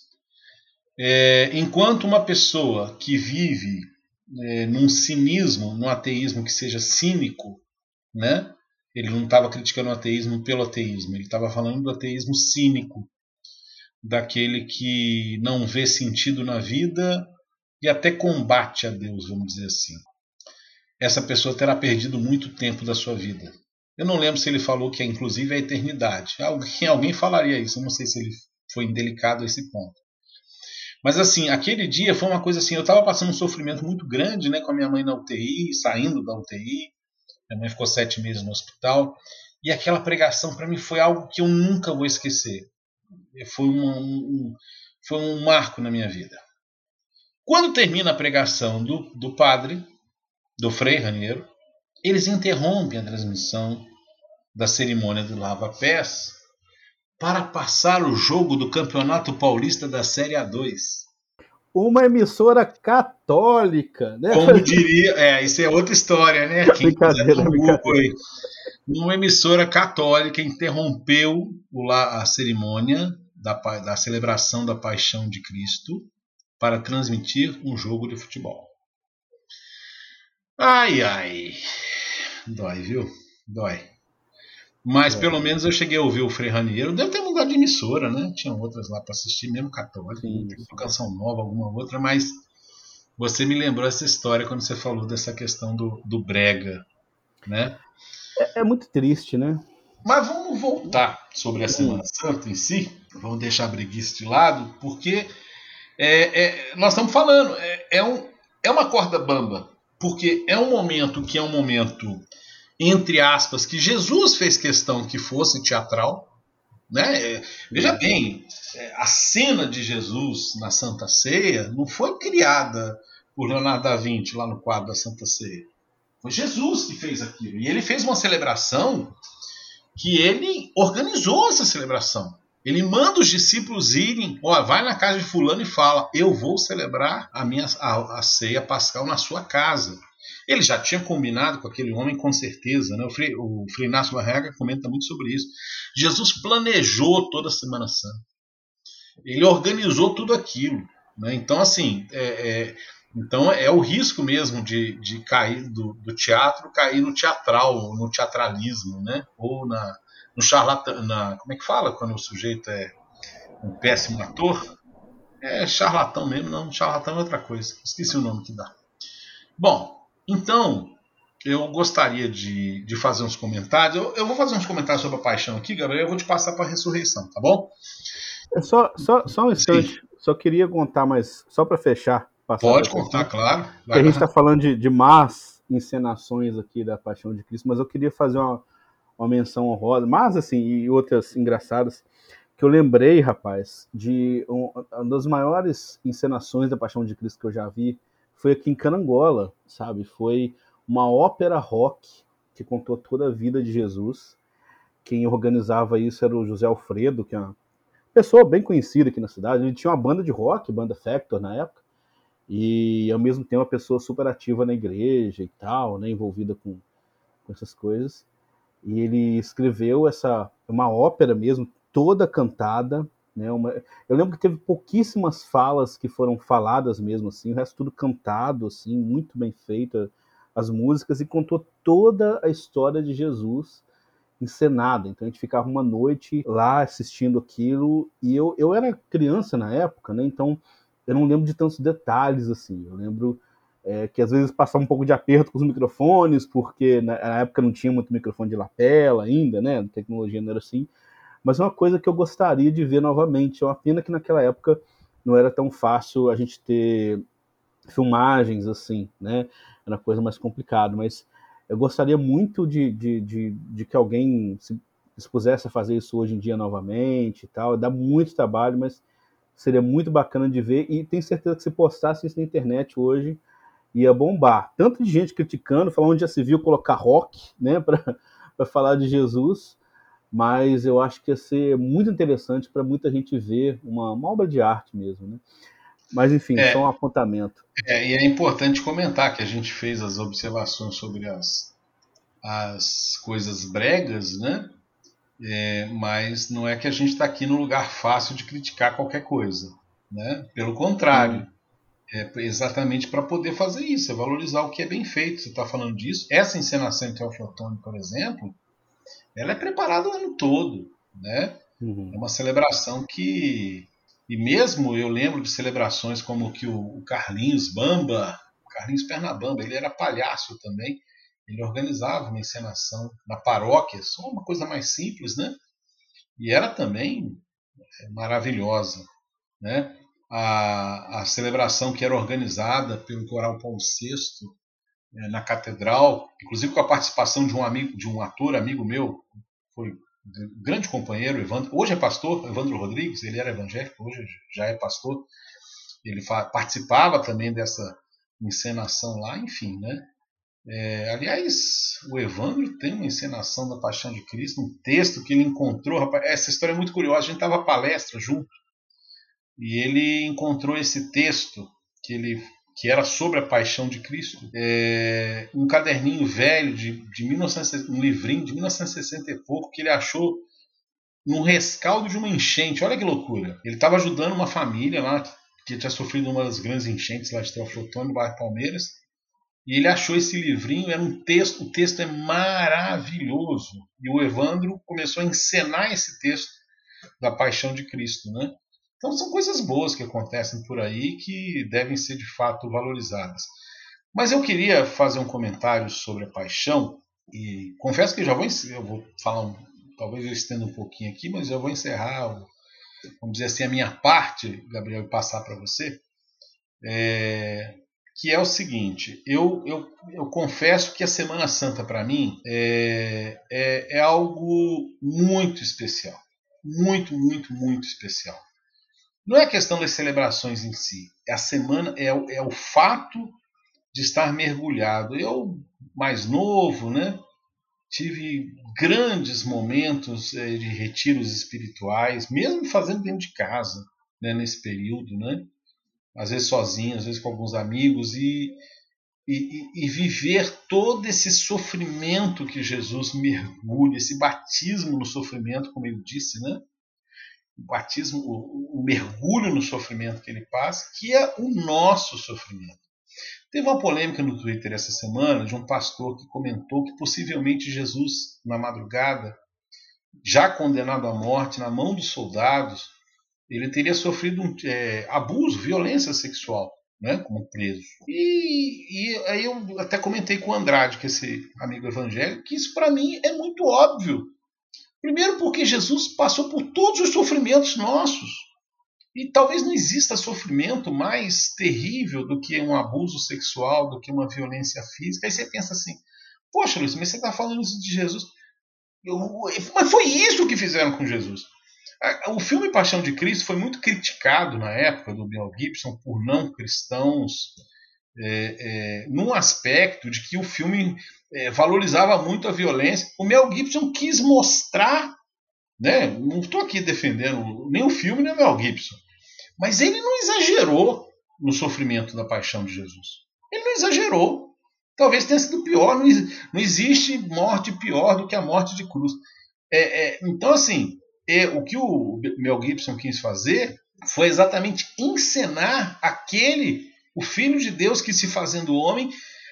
[SPEAKER 2] É, enquanto uma pessoa que vive é, num cinismo, num ateísmo que seja cínico, né? Ele não estava criticando o ateísmo pelo ateísmo, ele estava falando do ateísmo cínico, daquele que não vê sentido na vida e até combate a Deus, vamos dizer assim. Essa pessoa terá perdido muito tempo da sua vida. Eu não lembro se ele falou que é, inclusive, a eternidade. Alguém, alguém falaria isso, eu não sei se ele foi indelicado a esse ponto. Mas assim, aquele dia foi uma coisa assim, eu estava passando um sofrimento muito grande, né, com a minha mãe na U T I, saindo da U T I, minha mãe ficou sete meses no hospital, e aquela pregação para mim foi algo que eu nunca vou esquecer. Foi um, um, foi um marco na minha vida. Quando termina a pregação do, do padre, do Frei Raniero, eles interrompem a transmissão da cerimônia do lava-pés para passar o jogo do Campeonato Paulista da Série A dois.
[SPEAKER 3] Uma emissora católica, né?
[SPEAKER 2] Como diria, é, isso é outra história, né? Quem
[SPEAKER 3] brincadeira,
[SPEAKER 2] quiser,
[SPEAKER 3] brincadeira.
[SPEAKER 2] Aí. Uma emissora católica interrompeu a cerimônia da, da celebração da Paixão de Cristo para transmitir um jogo de futebol. Ai, ai. Dói, viu? Dói. Mas é. Pelo menos eu cheguei a ouvir o Frei Raniero. Deve ter mudado de emissora, né? Tinha outras lá para assistir, mesmo católica. Sim, tem uma canção nova, alguma outra. Mas você me lembrou essa história quando você falou dessa questão do, do brega, né?
[SPEAKER 3] É, é muito triste, né?
[SPEAKER 2] Mas vamos voltar sobre a Semana hum. Santa em si. Vamos deixar a breguice de lado, porque é, é, nós estamos falando, é, é, um, é uma corda bamba, porque é um momento que é um momento, entre aspas, que Jesus fez questão que fosse teatral, né? É, veja bem, é, a cena de Jesus na Santa Ceia não foi criada por Leonardo da Vinci lá no quadro da Santa Ceia. Foi Jesus que fez aquilo. E ele fez uma celebração que ele organizou essa celebração. Ele manda os discípulos irem, ó, vai na casa de fulano e fala, eu vou celebrar a, minha, a, a ceia pascal na sua casa. Ele já tinha combinado com aquele homem, com certeza, né? O Frei, o Frei Inácio Barrega comenta muito sobre isso. Jesus planejou toda a Semana Santa. Ele organizou tudo aquilo, né? Então, assim, é, é, então é o risco mesmo de, de cair do, do teatro, cair no teatral, no teatralismo, né? Ou na, no charlatão, na, como é que fala quando o sujeito é um péssimo ator? É charlatão mesmo, não, charlatão é outra coisa. Esqueci o nome que dá. Bom, então, eu gostaria de, de fazer uns comentários. Eu, eu vou fazer uns comentários sobre a paixão aqui, Gabriel, eu vou te passar para a ressurreição, tá bom?
[SPEAKER 3] É só, só, só um instante, Sim. Só queria contar, mas só para fechar.
[SPEAKER 2] Pode contar, questão, claro.
[SPEAKER 3] Vai a gente está falando de, de más encenações aqui da Paixão de Cristo, mas eu queria fazer uma, uma menção honrosa, mas assim, e outras engraçadas, que eu lembrei, rapaz, de um, uma das maiores encenações da Paixão de Cristo que eu já vi, foi aqui em Carangola, sabe? Foi uma ópera rock que contou toda a vida de Jesus. Quem organizava isso era o José Alfredo, que é uma pessoa bem conhecida aqui na cidade. Ele tinha uma banda de rock, banda Factor na época, e ao mesmo tempo uma pessoa super ativa na igreja e tal, né? Envolvida com, com essas coisas. E ele escreveu essa uma ópera mesmo, toda cantada. Né, uma, eu lembro que teve pouquíssimas falas que foram faladas mesmo assim, o resto tudo cantado, assim, muito bem feita as músicas, e contou toda a história de Jesus encenada. Então a gente ficava uma noite lá assistindo aquilo, e eu, eu era criança na época, né, então eu não lembro de tantos detalhes assim. Eu lembro é, que às vezes passava um pouco de aperto com os microfones, porque na época não tinha muito microfone de lapela ainda, né, a tecnologia não era assim. Mas é uma coisa que eu gostaria de ver novamente. É uma pena que naquela época não era tão fácil a gente ter filmagens assim, né? Era uma coisa mais complicada, mas eu gostaria muito de, de, de, de que alguém se dispusesse a fazer isso hoje em dia novamente e tal. Dá muito trabalho, mas seria muito bacana de ver, e tenho certeza que se postasse isso na internet hoje ia bombar. Tanto de gente criticando, falando onde já se viu colocar rock, né, para falar de Jesus. Mas eu acho que ia ser muito interessante para muita gente ver uma, uma obra de arte mesmo, né? Mas enfim, é, só um apontamento.
[SPEAKER 2] É, e é importante comentar que a gente fez as observações sobre as, as coisas bregas, né? É, mas não é que a gente está aqui no lugar fácil de criticar qualquer coisa, né? Pelo contrário, hum. é exatamente para poder fazer isso, é valorizar o que é bem feito. Você está falando disso. Essa encenação em Teoflotone, por exemplo, ela é preparada o ano todo, né? Uhum. É uma celebração que... E mesmo eu lembro de celebrações como que o Carlinhos Bamba, Carlinhos Pernabamba, ele era palhaço também, ele organizava uma encenação na paróquia, só uma coisa mais simples, né? E era também maravilhosa, né? A, a celebração que era organizada pelo Coral Paulo sexto, na catedral, inclusive com a participação de um amigo, de um ator amigo meu, foi um grande companheiro, Evandro, hoje é pastor, Evandro Rodrigues, ele era evangélico, hoje já é pastor, ele participava também dessa encenação lá, enfim, né? É, aliás, o Evandro tem uma encenação da Paixão de Cristo, um texto que ele encontrou. Rapaz, essa história é muito curiosa. A gente estava à palestra junto e ele encontrou esse texto que, ele, que era sobre a Paixão de Cristo. É, um caderninho velho, de, de mil e novecentos, um livrinho de mil novecentos e sessenta e pouco, que ele achou num rescaldo de uma enchente. Olha que loucura. Ele estava ajudando uma família lá que tinha sofrido uma das grandes enchentes lá de Teoflotone, no bairro Palmeiras. E ele achou esse livrinho, era um texto, o texto é maravilhoso. E o Evandro começou a encenar esse texto da Paixão de Cristo, né? Então são coisas boas que acontecem por aí que devem ser de fato valorizadas. Mas eu queria fazer um comentário sobre a paixão e confesso que eu já vou, eu vou falar, um, talvez eu estenda um pouquinho aqui, mas eu vou encerrar, vamos dizer assim, a minha parte, Gabriel, e passar para você. É... que é o seguinte, eu, eu, eu confesso que a Semana Santa para mim é, é, é algo muito especial, muito, muito, muito especial. Não é a questão das celebrações em si, é a semana, é, é o fato de estar mergulhado. Eu, mais novo, né, tive grandes momentos é, de retiros espirituais, mesmo fazendo dentro de casa, né, nesse período, né? Às vezes sozinho, às vezes com alguns amigos, e, e, e viver todo esse sofrimento que Jesus mergulha, esse batismo no sofrimento, como ele disse, né? O batismo, o, o mergulho no sofrimento que ele passa, que é o nosso sofrimento. Teve uma polêmica no Twitter essa semana de um pastor que comentou que possivelmente Jesus, na madrugada, já condenado à morte na mão dos soldados, ele teria sofrido um é, abuso, violência sexual, né, como preso. E, e aí eu até comentei com o Andrade, que é esse amigo evangélico, que isso para mim é muito óbvio. Primeiro porque Jesus passou por todos os sofrimentos nossos. E talvez não exista sofrimento mais terrível do que um abuso sexual, do que uma violência física. Aí você pensa assim, poxa, Luiz, mas você está falando isso de Jesus. Eu, mas foi isso que fizeram com Jesus. O filme Paixão de Cristo foi muito criticado na época do Mel Gibson por não cristãos, é, é, num aspecto de que o filme é, valorizava muito a violência. O Mel Gibson quis mostrar, né, não estou aqui defendendo nem o filme nem o Mel Gibson, mas ele não exagerou no sofrimento da paixão de Jesus. Ele não exagerou. Talvez tenha sido pior. Não, não existe morte pior do que a morte de cruz. É, é, então, assim, é, o que o Mel Gibson quis fazer foi exatamente encenar aquele, o Filho de Deus que, se fazendo homem,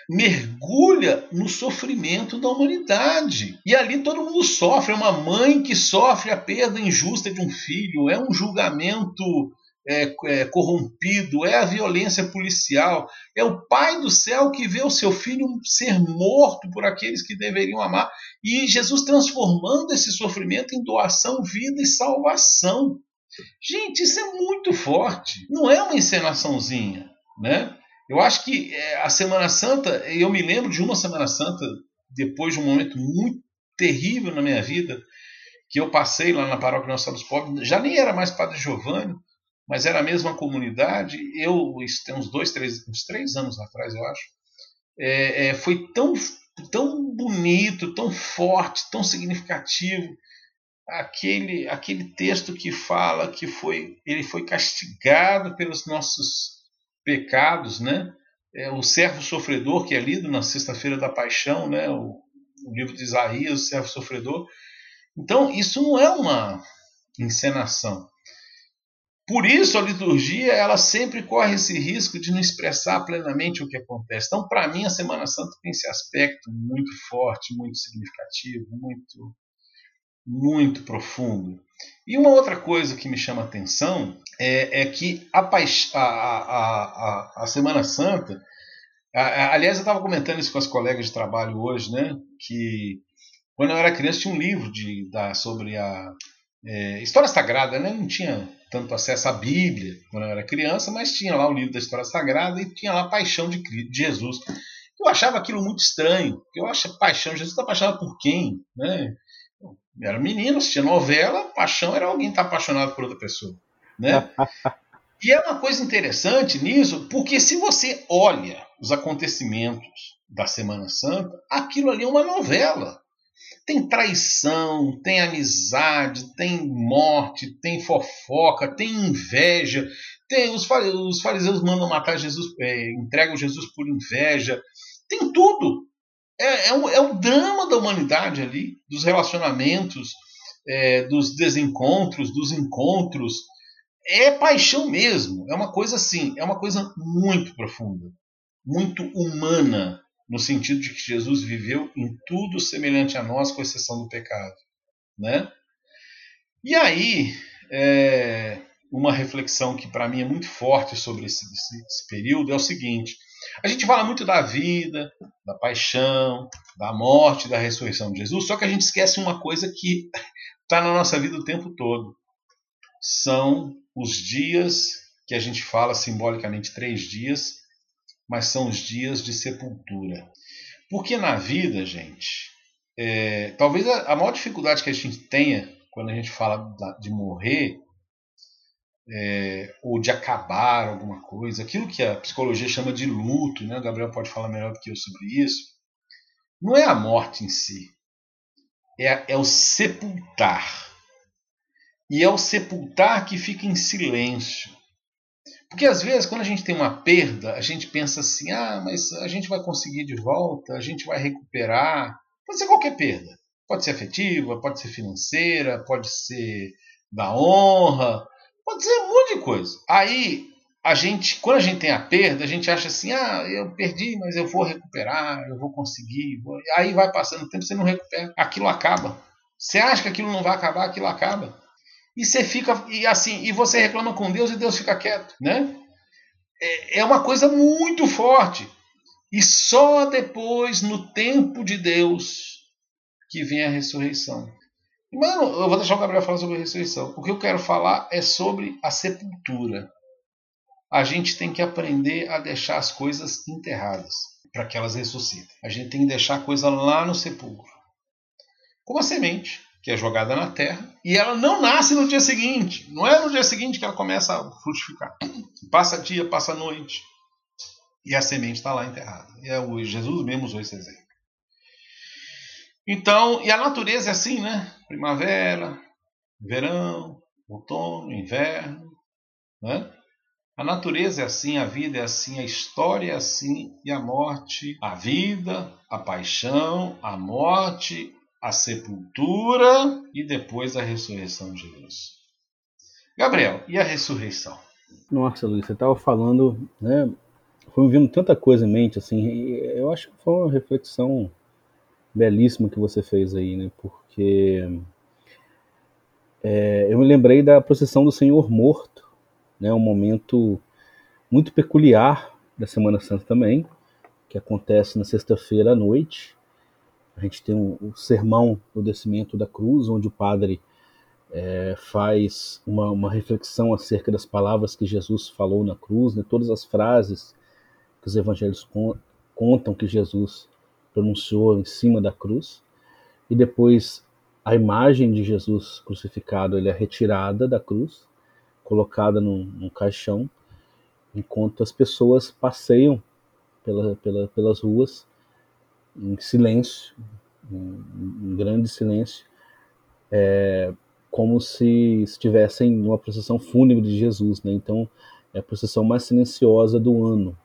[SPEAKER 2] mergulha no sofrimento da humanidade. E ali todo mundo sofre. É uma mãe que sofre a perda injusta de um filho. É um julgamento é, é, corrompido. É a violência policial. É o Pai do céu que vê o seu filho ser morto por aqueles que deveriam amar. E Jesus transformando esse sofrimento em doação, vida e salvação. Gente, isso é muito forte. Não é uma encenaçãozinha, né? Eu acho que a Semana Santa, eu me lembro de uma Semana Santa, depois de um momento muito terrível na minha vida, que eu passei lá na Paróquia Nossa Senhora dos Pobres, já nem era mais Padre Giovanni, mas era a mesma comunidade. Eu, isso tem uns dois, três, uns três anos atrás, eu acho, é, é, foi tão, tão bonito, tão forte, tão significativo, aquele, aquele texto que fala que foi, ele foi castigado pelos nossos pecados, né? É, o servo sofredor, que é lido na Sexta-feira da Paixão, né? o, o livro de Isaías, o servo sofredor. Então, isso não é uma encenação. Por isso, a liturgia ela sempre corre esse risco de não expressar plenamente o que acontece. Então, para mim, a Semana Santa tem esse aspecto muito forte, muito significativo, muito, muito profundo. E uma outra coisa que me chama a atenção é, é que a, paix... a, a, a, a Semana Santa... A, a, aliás, eu estava comentando isso com as colegas de trabalho hoje, né? Que quando eu era criança tinha um livro de, da, sobre a é, História Sagrada, né? Não tinha tanto acesso à Bíblia quando eu era criança, mas tinha lá o livro da História Sagrada e tinha lá a Paixão de, de Jesus. Eu achava aquilo muito estranho, porque eu acho paixão, Jesus está apaixonado por quem? Né? Eu era menino, assistia novela, paixão era alguém estar tá apaixonado por outra pessoa, né? E é uma coisa interessante nisso, porque se você olha os acontecimentos da Semana Santa, aquilo ali é uma novela. Tem traição, tem amizade, tem morte, tem fofoca, tem inveja. Tem os, os fariseus mandam matar Jesus, é, entregam Jesus por inveja. Tem tudo. É, é, o, é o drama da humanidade ali, dos relacionamentos, é, dos desencontros, dos encontros. É paixão mesmo. É uma coisa assim, é uma coisa muito profunda, muito humana, no sentido de que Jesus viveu em tudo semelhante a nós, com exceção do pecado, né? E aí, é, uma reflexão que para mim é muito forte sobre esse, esse, esse período é o seguinte: a gente fala muito da vida, da paixão, da morte, da ressurreição de Jesus, só que a gente esquece uma coisa que está na nossa vida o tempo todo. São os dias que a gente fala simbolicamente três dias, mas são os dias de sepultura. Porque na vida, gente, é, talvez a, a maior dificuldade que a gente tenha quando a gente fala de morrer, é, ou de acabar alguma coisa, aquilo que a psicologia chama de luto, né? O Gabriel pode falar melhor do que eu sobre isso, não é a morte em si, é, é o sepultar. E é o sepultar que fica em silêncio. Porque às vezes, quando a gente tem uma perda, a gente pensa assim: ah, mas a gente vai conseguir de volta, a gente vai recuperar. Pode ser qualquer perda. Pode ser afetiva, pode ser financeira, pode ser da honra, pode ser um monte de coisa. Aí, a gente, quando a gente tem a perda, a gente acha assim: ah, eu perdi, mas eu vou recuperar, eu vou conseguir. Vou... Aí vai passando o tempo, você não recupera. Aquilo acaba. Você acha que aquilo não vai acabar, aquilo acaba. E você fica, e assim, e você reclama com Deus e Deus fica quieto, né? É, é uma coisa muito forte. E só depois, no tempo de Deus, que vem a ressurreição. Mano, eu vou deixar o Gabriel falar sobre a ressurreição. O que eu quero falar é sobre a sepultura. A gente tem que aprender a deixar as coisas enterradas para que elas ressuscitem. A gente tem que deixar a coisa lá no sepulcro. Como a semente, que é jogada na terra, e ela não nasce no dia seguinte. Não é no dia seguinte que ela começa a frutificar. Passa dia, passa noite, e a semente está lá enterrada. E é o Jesus mesmo usou esse exemplo. Então, e a natureza é assim, né? Primavera, verão, outono, inverno, né? A natureza é assim, a vida é assim, a história é assim, e a morte, a vida, a paixão, a morte, a sepultura e depois a ressurreição de Jesus. Gabriel, e a ressurreição?
[SPEAKER 3] Nossa, Luiz, você estava falando, né? Foi me vindo tanta coisa em mente, assim. Eu acho que foi uma reflexão belíssima que você fez aí, né? Porque é, eu me lembrei da procissão do Senhor Morto, né? Um momento muito peculiar da Semana Santa também, que acontece na sexta-feira à noite. A gente tem o um, um sermão do descimento da cruz, onde o padre é, faz uma, uma reflexão acerca das palavras que Jesus falou na cruz, né? Todas as frases que os evangelhos con- contam que Jesus pronunciou em cima da cruz. E depois a imagem de Jesus crucificado ele é retirada da cruz, colocada num, num caixão, enquanto as pessoas passeiam pela, pela, pelas ruas em silêncio, em, em grande silêncio, é, como se estivessem numa procissão fúnebre de Jesus, né? Então é a procissão mais silenciosa do ano.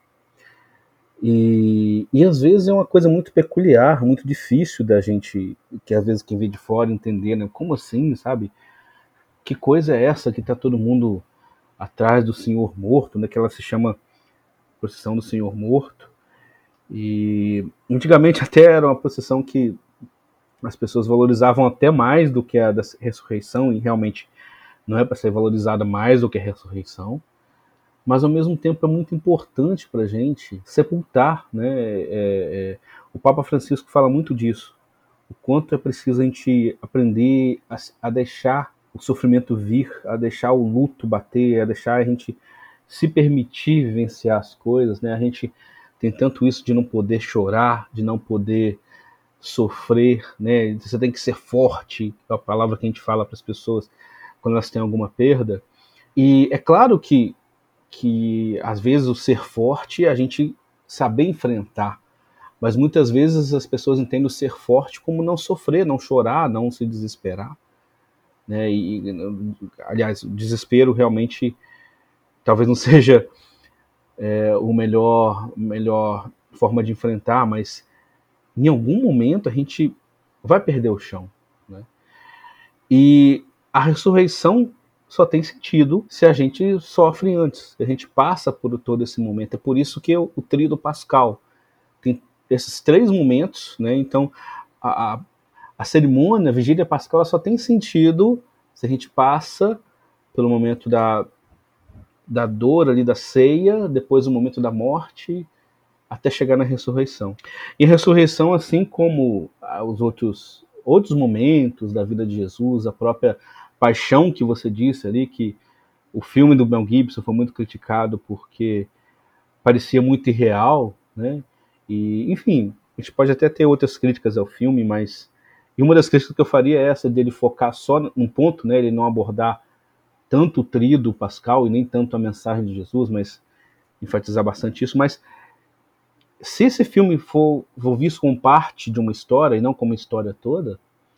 [SPEAKER 3] E, e às vezes é uma coisa muito peculiar, muito difícil da gente, que às vezes quem vê de fora entender, né? Como assim, sabe? Que coisa é essa que está todo mundo atrás do Senhor Morto, né? Que ela se chama procissão do Senhor Morto. E antigamente até era uma procissão que as pessoas valorizavam até mais do que a da ressurreição, e realmente não é para ser valorizada mais do que a ressurreição. Mas ao mesmo tempo é muito importante para a gente sepultar, né? É, é, o Papa Francisco fala muito disso, o quanto é preciso a gente aprender a, a deixar o sofrimento vir, a deixar o luto bater, a deixar a gente se permitir vivenciar as coisas, né? A gente tem tanto isso de não poder chorar, de não poder sofrer, né? Você tem que ser forte, é a palavra que a gente fala para as pessoas quando elas têm alguma perda. E é claro que que às vezes o ser forte é a gente saber enfrentar, mas muitas vezes as pessoas entendem o ser forte como não sofrer, não chorar, não se desesperar, né? E, aliás, o desespero realmente talvez não seja é, o melhor, melhor forma de enfrentar, mas em algum momento a gente vai perder o chão, né? E a ressurreição só tem sentido se a gente sofre antes, se a gente passa por todo esse momento. É por isso que o, o tríodo pascal tem esses três momentos, né? Então a, a, a cerimônia, a vigília pascal, só tem sentido se a gente passa pelo momento da, da dor ali, da ceia, depois o momento da morte, até chegar na ressurreição. E a ressurreição, assim como os outros, outros momentos da vida de Jesus, a própria paixão que você disse ali, que o filme do Mel Gibson foi muito criticado porque parecia muito irreal, né? E, enfim, a gente pode até ter outras críticas ao filme, mas e uma das críticas que eu faria é essa dele focar só num ponto, né? Ele não abordar tanto o tríodo pascal e nem tanto a mensagem de Jesus, mas enfatizar bastante isso. Mas se esse filme for, for visto como parte de uma história e não como uma história toda,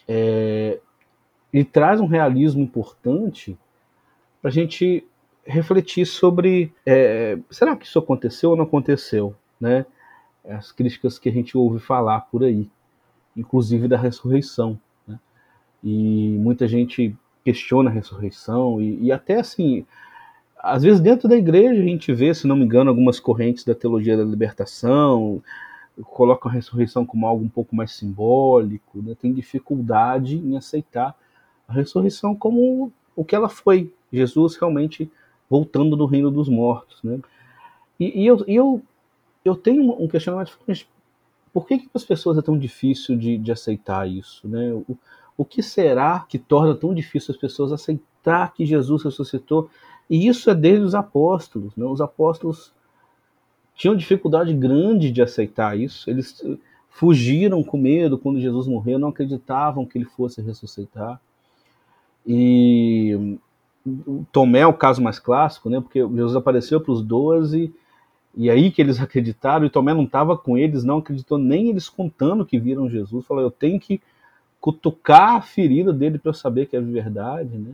[SPEAKER 3] é, ele traz um realismo importante para a gente refletir sobre é, será que isso aconteceu ou não aconteceu, né? As críticas que a gente ouve falar por aí, inclusive da ressurreição, né? E muita gente questiona a ressurreição e, e até assim, às vezes dentro da igreja a gente vê, se não me engano, algumas correntes da teologia da libertação colocam a ressurreição como algo um pouco mais simbólico, né? Tem dificuldade em aceitar a ressurreição como o que ela foi, Jesus realmente voltando do reino dos mortos, né? E, e eu, eu, eu tenho um questionamento, por que, que para as pessoas é tão difícil de, de aceitar isso, né? O, o que será que torna tão difícil as pessoas aceitar que Jesus ressuscitou? E isso é desde os apóstolos, né? Os apóstolos tinham dificuldade grande de aceitar isso, eles fugiram com medo quando Jesus morreu, não acreditavam que ele fosse ressuscitar. E o Tomé é o caso mais clássico, né? Porque Jesus apareceu para os doze, e aí que eles acreditaram, e Tomé não estava com eles, não acreditou nem eles contando que viram Jesus, falou, eu tenho que cutucar a ferida dele para eu saber que é verdade, né?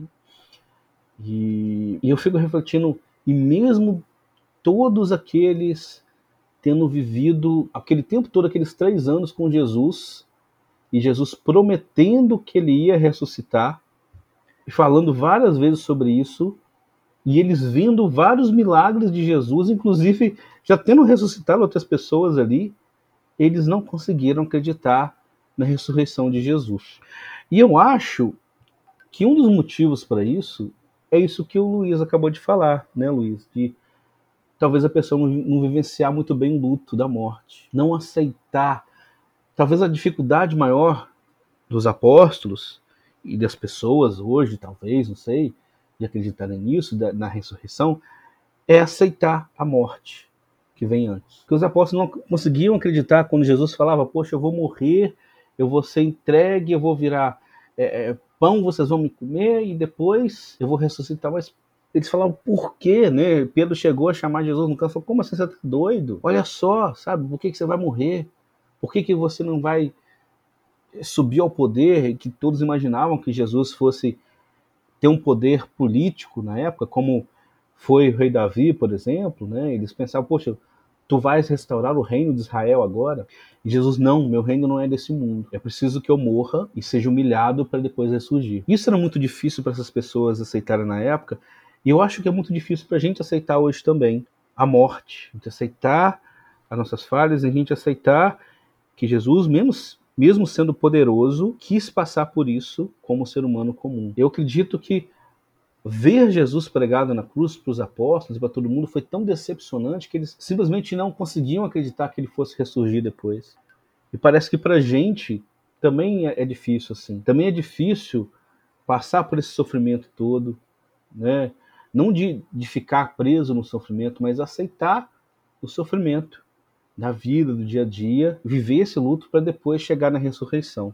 [SPEAKER 3] E, e eu fico refletindo, e mesmo todos aqueles tendo vivido aquele tempo todo, aqueles três anos com Jesus, e Jesus prometendo que ele ia ressuscitar, e falando várias vezes sobre isso, e eles vendo vários milagres de Jesus, inclusive já tendo ressuscitado outras pessoas ali, eles não conseguiram acreditar na ressurreição de Jesus. E eu acho que um dos motivos para isso é isso que o Luiz acabou de falar, né, Luiz? De talvez a pessoa não, não vivenciar muito bem o luto da morte, não aceitar. Talvez a dificuldade maior dos apóstolos e das pessoas hoje, talvez, não sei, de acreditarem nisso, da, na ressurreição, é aceitar a morte que vem antes. Porque os apóstolos não conseguiam acreditar quando Jesus falava, poxa, eu vou morrer, eu vou ser entregue, eu vou virar é, é, pão, vocês vão me comer e depois eu vou ressuscitar. Mas eles falavam, por quê? Né? Pedro chegou a chamar Jesus no canto e falou, como assim, você tá doido? Olha só, sabe, por que, que você vai morrer? Por que, que você não vai subir ao poder? Que todos imaginavam que Jesus fosse ter um poder político na época, como foi o rei Davi, por exemplo, né? Eles pensavam, poxa, tu vais restaurar o reino de Israel agora? E Jesus, não, meu reino não é desse mundo. É preciso que eu morra e seja humilhado para depois ressurgir. Isso era muito difícil para essas pessoas aceitarem na época, e eu acho que é muito difícil para a gente aceitar hoje também a morte. A gente aceitar as nossas falhas, a gente aceitar que Jesus, menos mesmo sendo poderoso, quis passar por isso como ser humano comum. Eu acredito que ver Jesus pregado na cruz para os apóstolos e para todo mundo foi tão decepcionante que eles simplesmente não conseguiam acreditar que ele fosse ressurgir depois. E parece que para a gente também é difícil assim. Também é difícil passar por esse sofrimento todo, né? Não de, de ficar preso no sofrimento, mas aceitar o sofrimento da vida, do dia a dia, viver esse luto para depois chegar na ressurreição.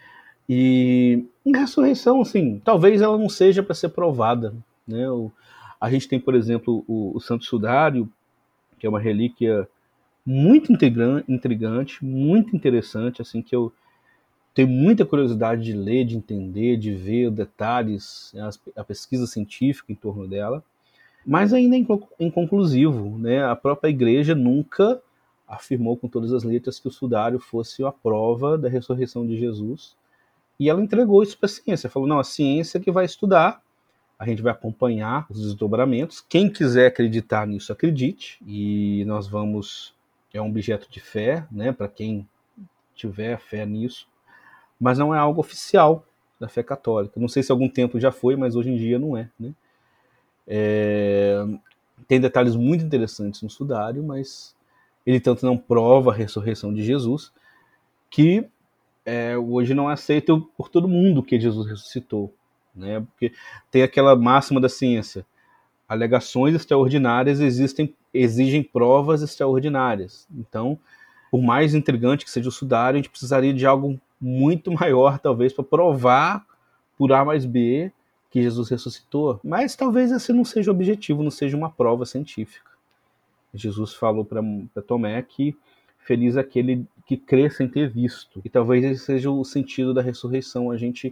[SPEAKER 3] E a ressurreição, assim, talvez ela não seja para ser provada, né? A gente tem, por exemplo, o, o Santo Sudário, que é uma relíquia muito intrigante, muito interessante, assim, que eu tenho muita curiosidade de ler, de entender, de ver detalhes, a pesquisa científica em torno dela, mas ainda é inconclusivo, né? A própria igreja nunca afirmou com todas as letras que o sudário fosse a prova da ressurreição de Jesus, e ela entregou isso para a ciência, falou, não, a ciência que vai estudar, a gente vai acompanhar os desdobramentos, quem quiser acreditar nisso, acredite, e nós vamos, é um objeto de fé, né, para quem tiver fé nisso, mas não é algo oficial da fé católica. Não sei se algum tempo já foi, mas hoje em dia não é, né? É... Tem detalhes muito interessantes no sudário, mas ele tanto não prova a ressurreição de Jesus, que é, hoje não é aceito por todo mundo que Jesus ressuscitou, né? Porque tem aquela máxima da ciência, alegações extraordinárias existem, exigem provas extraordinárias. Então, por mais intrigante que seja o sudário, a gente precisaria de algo muito maior, talvez, para provar por A mais B que Jesus ressuscitou. Mas talvez esse não seja o objetivo, não seja uma prova científica. Jesus falou para Tomé que feliz é aquele que crê sem ter visto. E talvez esse seja o sentido da ressurreição, a gente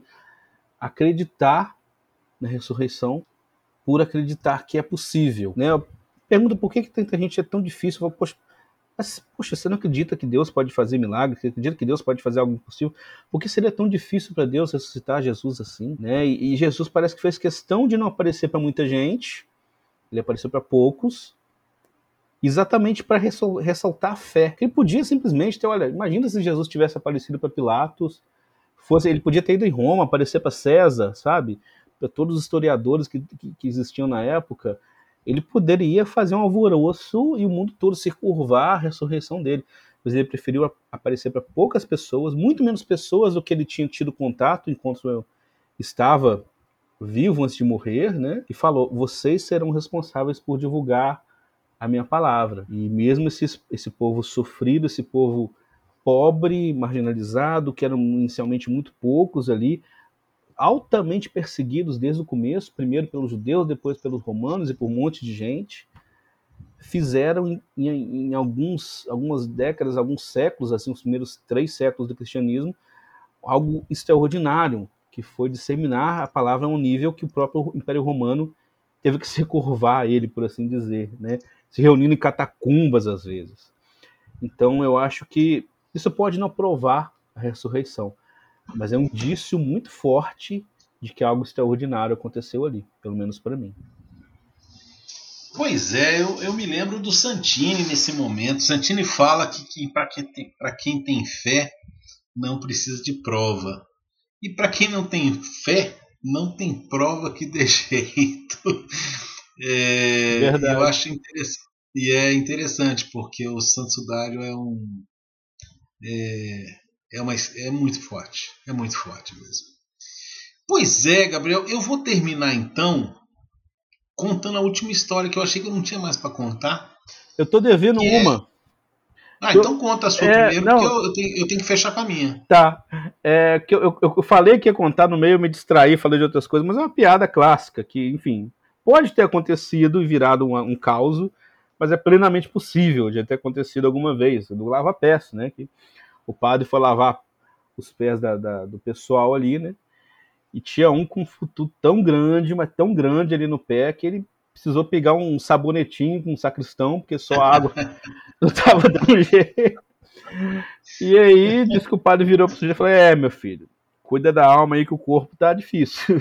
[SPEAKER 3] acreditar na ressurreição por acreditar que é possível. Né? Pergunta por que, que tanta gente é tão difícil. Eu falo, poxa, Mas, poxa, você não acredita que Deus pode fazer milagres? Você acredita que Deus pode fazer algo impossível? Por que seria tão difícil para Deus ressuscitar Jesus assim? Né? E, e Jesus parece que fez questão de não aparecer para muita gente. Ele apareceu para poucos, exatamente para ressaltar a fé. Ele podia simplesmente ter, olha, imagina se Jesus tivesse aparecido para Pilatos, fosse, ele podia ter ido em Roma, aparecer para César, sabe? Para todos os historiadores que, que, que existiam na época. Ele poderia fazer um alvoroço e o mundo todo se curvar à ressurreição dele. Mas ele preferiu aparecer para poucas pessoas, muito menos pessoas do que ele tinha tido contato enquanto eu estava vivo antes de morrer, né? E falou, vocês serão responsáveis por divulgar a minha palavra. E mesmo esse, esse povo sofrido, esse povo pobre, marginalizado, que eram inicialmente muito poucos ali, altamente perseguidos desde o começo, primeiro pelos judeus, depois pelos romanos e por um monte de gente, fizeram em, em, em alguns, algumas décadas, alguns séculos, assim, os primeiros três séculos do cristianismo, algo extraordinário, que foi disseminar a palavra a um nível que o próprio Império Romano teve que se curvar a ele, por assim dizer, né? Se reunindo em catacumbas às vezes. Então eu acho que isso pode não provar a ressurreição, mas é um indício muito forte de que algo extraordinário aconteceu ali, pelo menos para mim.
[SPEAKER 2] Pois é, eu, eu me lembro do Santini nesse momento. Santini fala que, que para quem, quem tem fé não precisa de prova. E para quem não tem fé, não tem prova que dê jeito. É,
[SPEAKER 3] Verdade.
[SPEAKER 2] Eu acho interessante. E é interessante porque o Santo Sudário é um. É, é, uma, é muito forte. É muito forte mesmo. Pois é, Gabriel, eu vou terminar então contando a última história que eu achei que eu não tinha mais para contar.
[SPEAKER 3] Eu tô devendo
[SPEAKER 2] é...
[SPEAKER 3] uma.
[SPEAKER 2] Ah,
[SPEAKER 3] eu...
[SPEAKER 2] então conta a sua
[SPEAKER 3] é,
[SPEAKER 2] primeiro,
[SPEAKER 3] não...
[SPEAKER 2] porque eu, eu, tenho, eu tenho que fechar com a minha.
[SPEAKER 3] Tá. É, que eu, eu, eu falei que ia contar no meio, eu me distraí, falei de outras coisas, mas é uma piada clássica que, enfim, pode ter acontecido e virado um, um caos, mas é plenamente possível de ter acontecido alguma vez, do lava-pés, né? Que o padre foi lavar os pés da, da, do pessoal ali, né? E tinha um com um futuro tão grande, mas tão grande ali no pé, que ele precisou pegar um sabonetinho com um sacristão, porque só a água não estava dando jeito. E aí, disse que o padre virou para o sujeito e falou, é, meu filho, cuida da alma aí que o corpo tá difícil.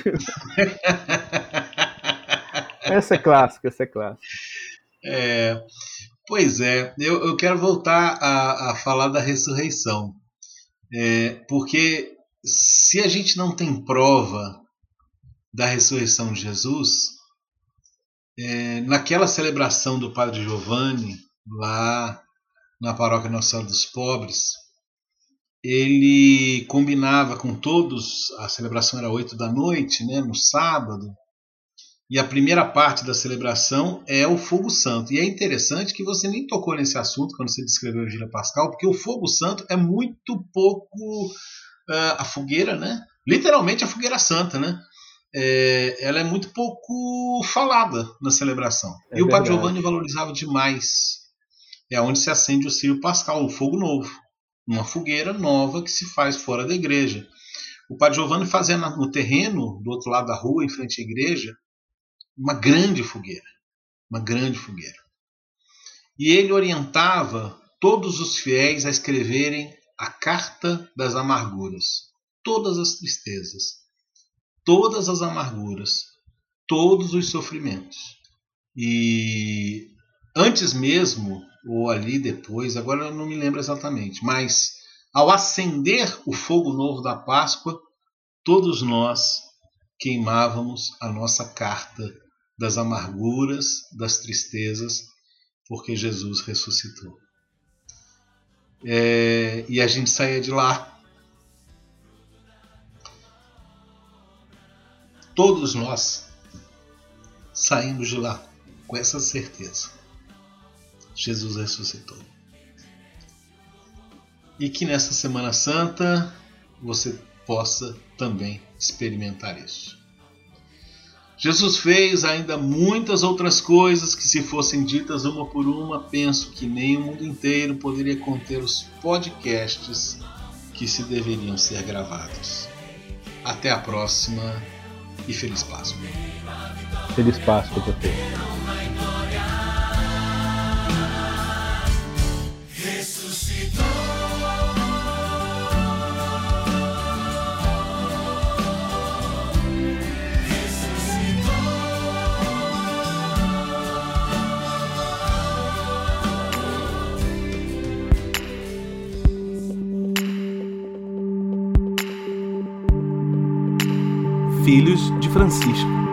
[SPEAKER 3] Essa é clássica, essa é clássica.
[SPEAKER 2] É, pois é, eu, eu quero voltar a, a falar da ressurreição. É, porque se a gente não tem prova da ressurreição de Jesus, é, naquela celebração do Padre Giovanni, lá na paróquia Nossa Senhora dos Pobres, ele combinava com todos, a celebração era oito da noite, né, no sábado, e a primeira parte da celebração é o fogo santo. E é interessante que você nem tocou nesse assunto quando você descreveu a Vigília Pascal, porque o fogo santo é muito pouco uh, a fogueira, né? Literalmente a fogueira santa, né? é, ela é muito pouco falada na celebração.
[SPEAKER 3] É
[SPEAKER 2] e o Padre
[SPEAKER 3] verdade.
[SPEAKER 2] Giovanni valorizava demais. É onde se acende o círio pascal, o fogo novo. Uma fogueira nova que se faz fora da igreja. O Padre Giovanni fazia no terreno, do outro lado da rua, em frente à igreja, uma grande fogueira. Uma grande fogueira. E ele orientava todos os fiéis a escreverem a Carta das Amarguras. Todas as tristezas, todas as amarguras, todos os sofrimentos. E antes mesmo, ou ali depois, agora eu não me lembro exatamente, mas ao acender o fogo novo da Páscoa, todos nós queimávamos a nossa carta das amarguras, das tristezas, porque Jesus ressuscitou. É, e a gente saía de lá, todos nós saímos de lá com essa certeza. Jesus ressuscitou. E que nessa Semana Santa você possa também experimentar isso. Jesus fez ainda muitas outras coisas que, se fossem ditas uma por uma, penso que nem o mundo inteiro poderia conter os podcasts que se deveriam ser gravados. Até a próxima e Feliz Páscoa.
[SPEAKER 3] Feliz Páscoa, Pepe.
[SPEAKER 1] Filhos de Francisco.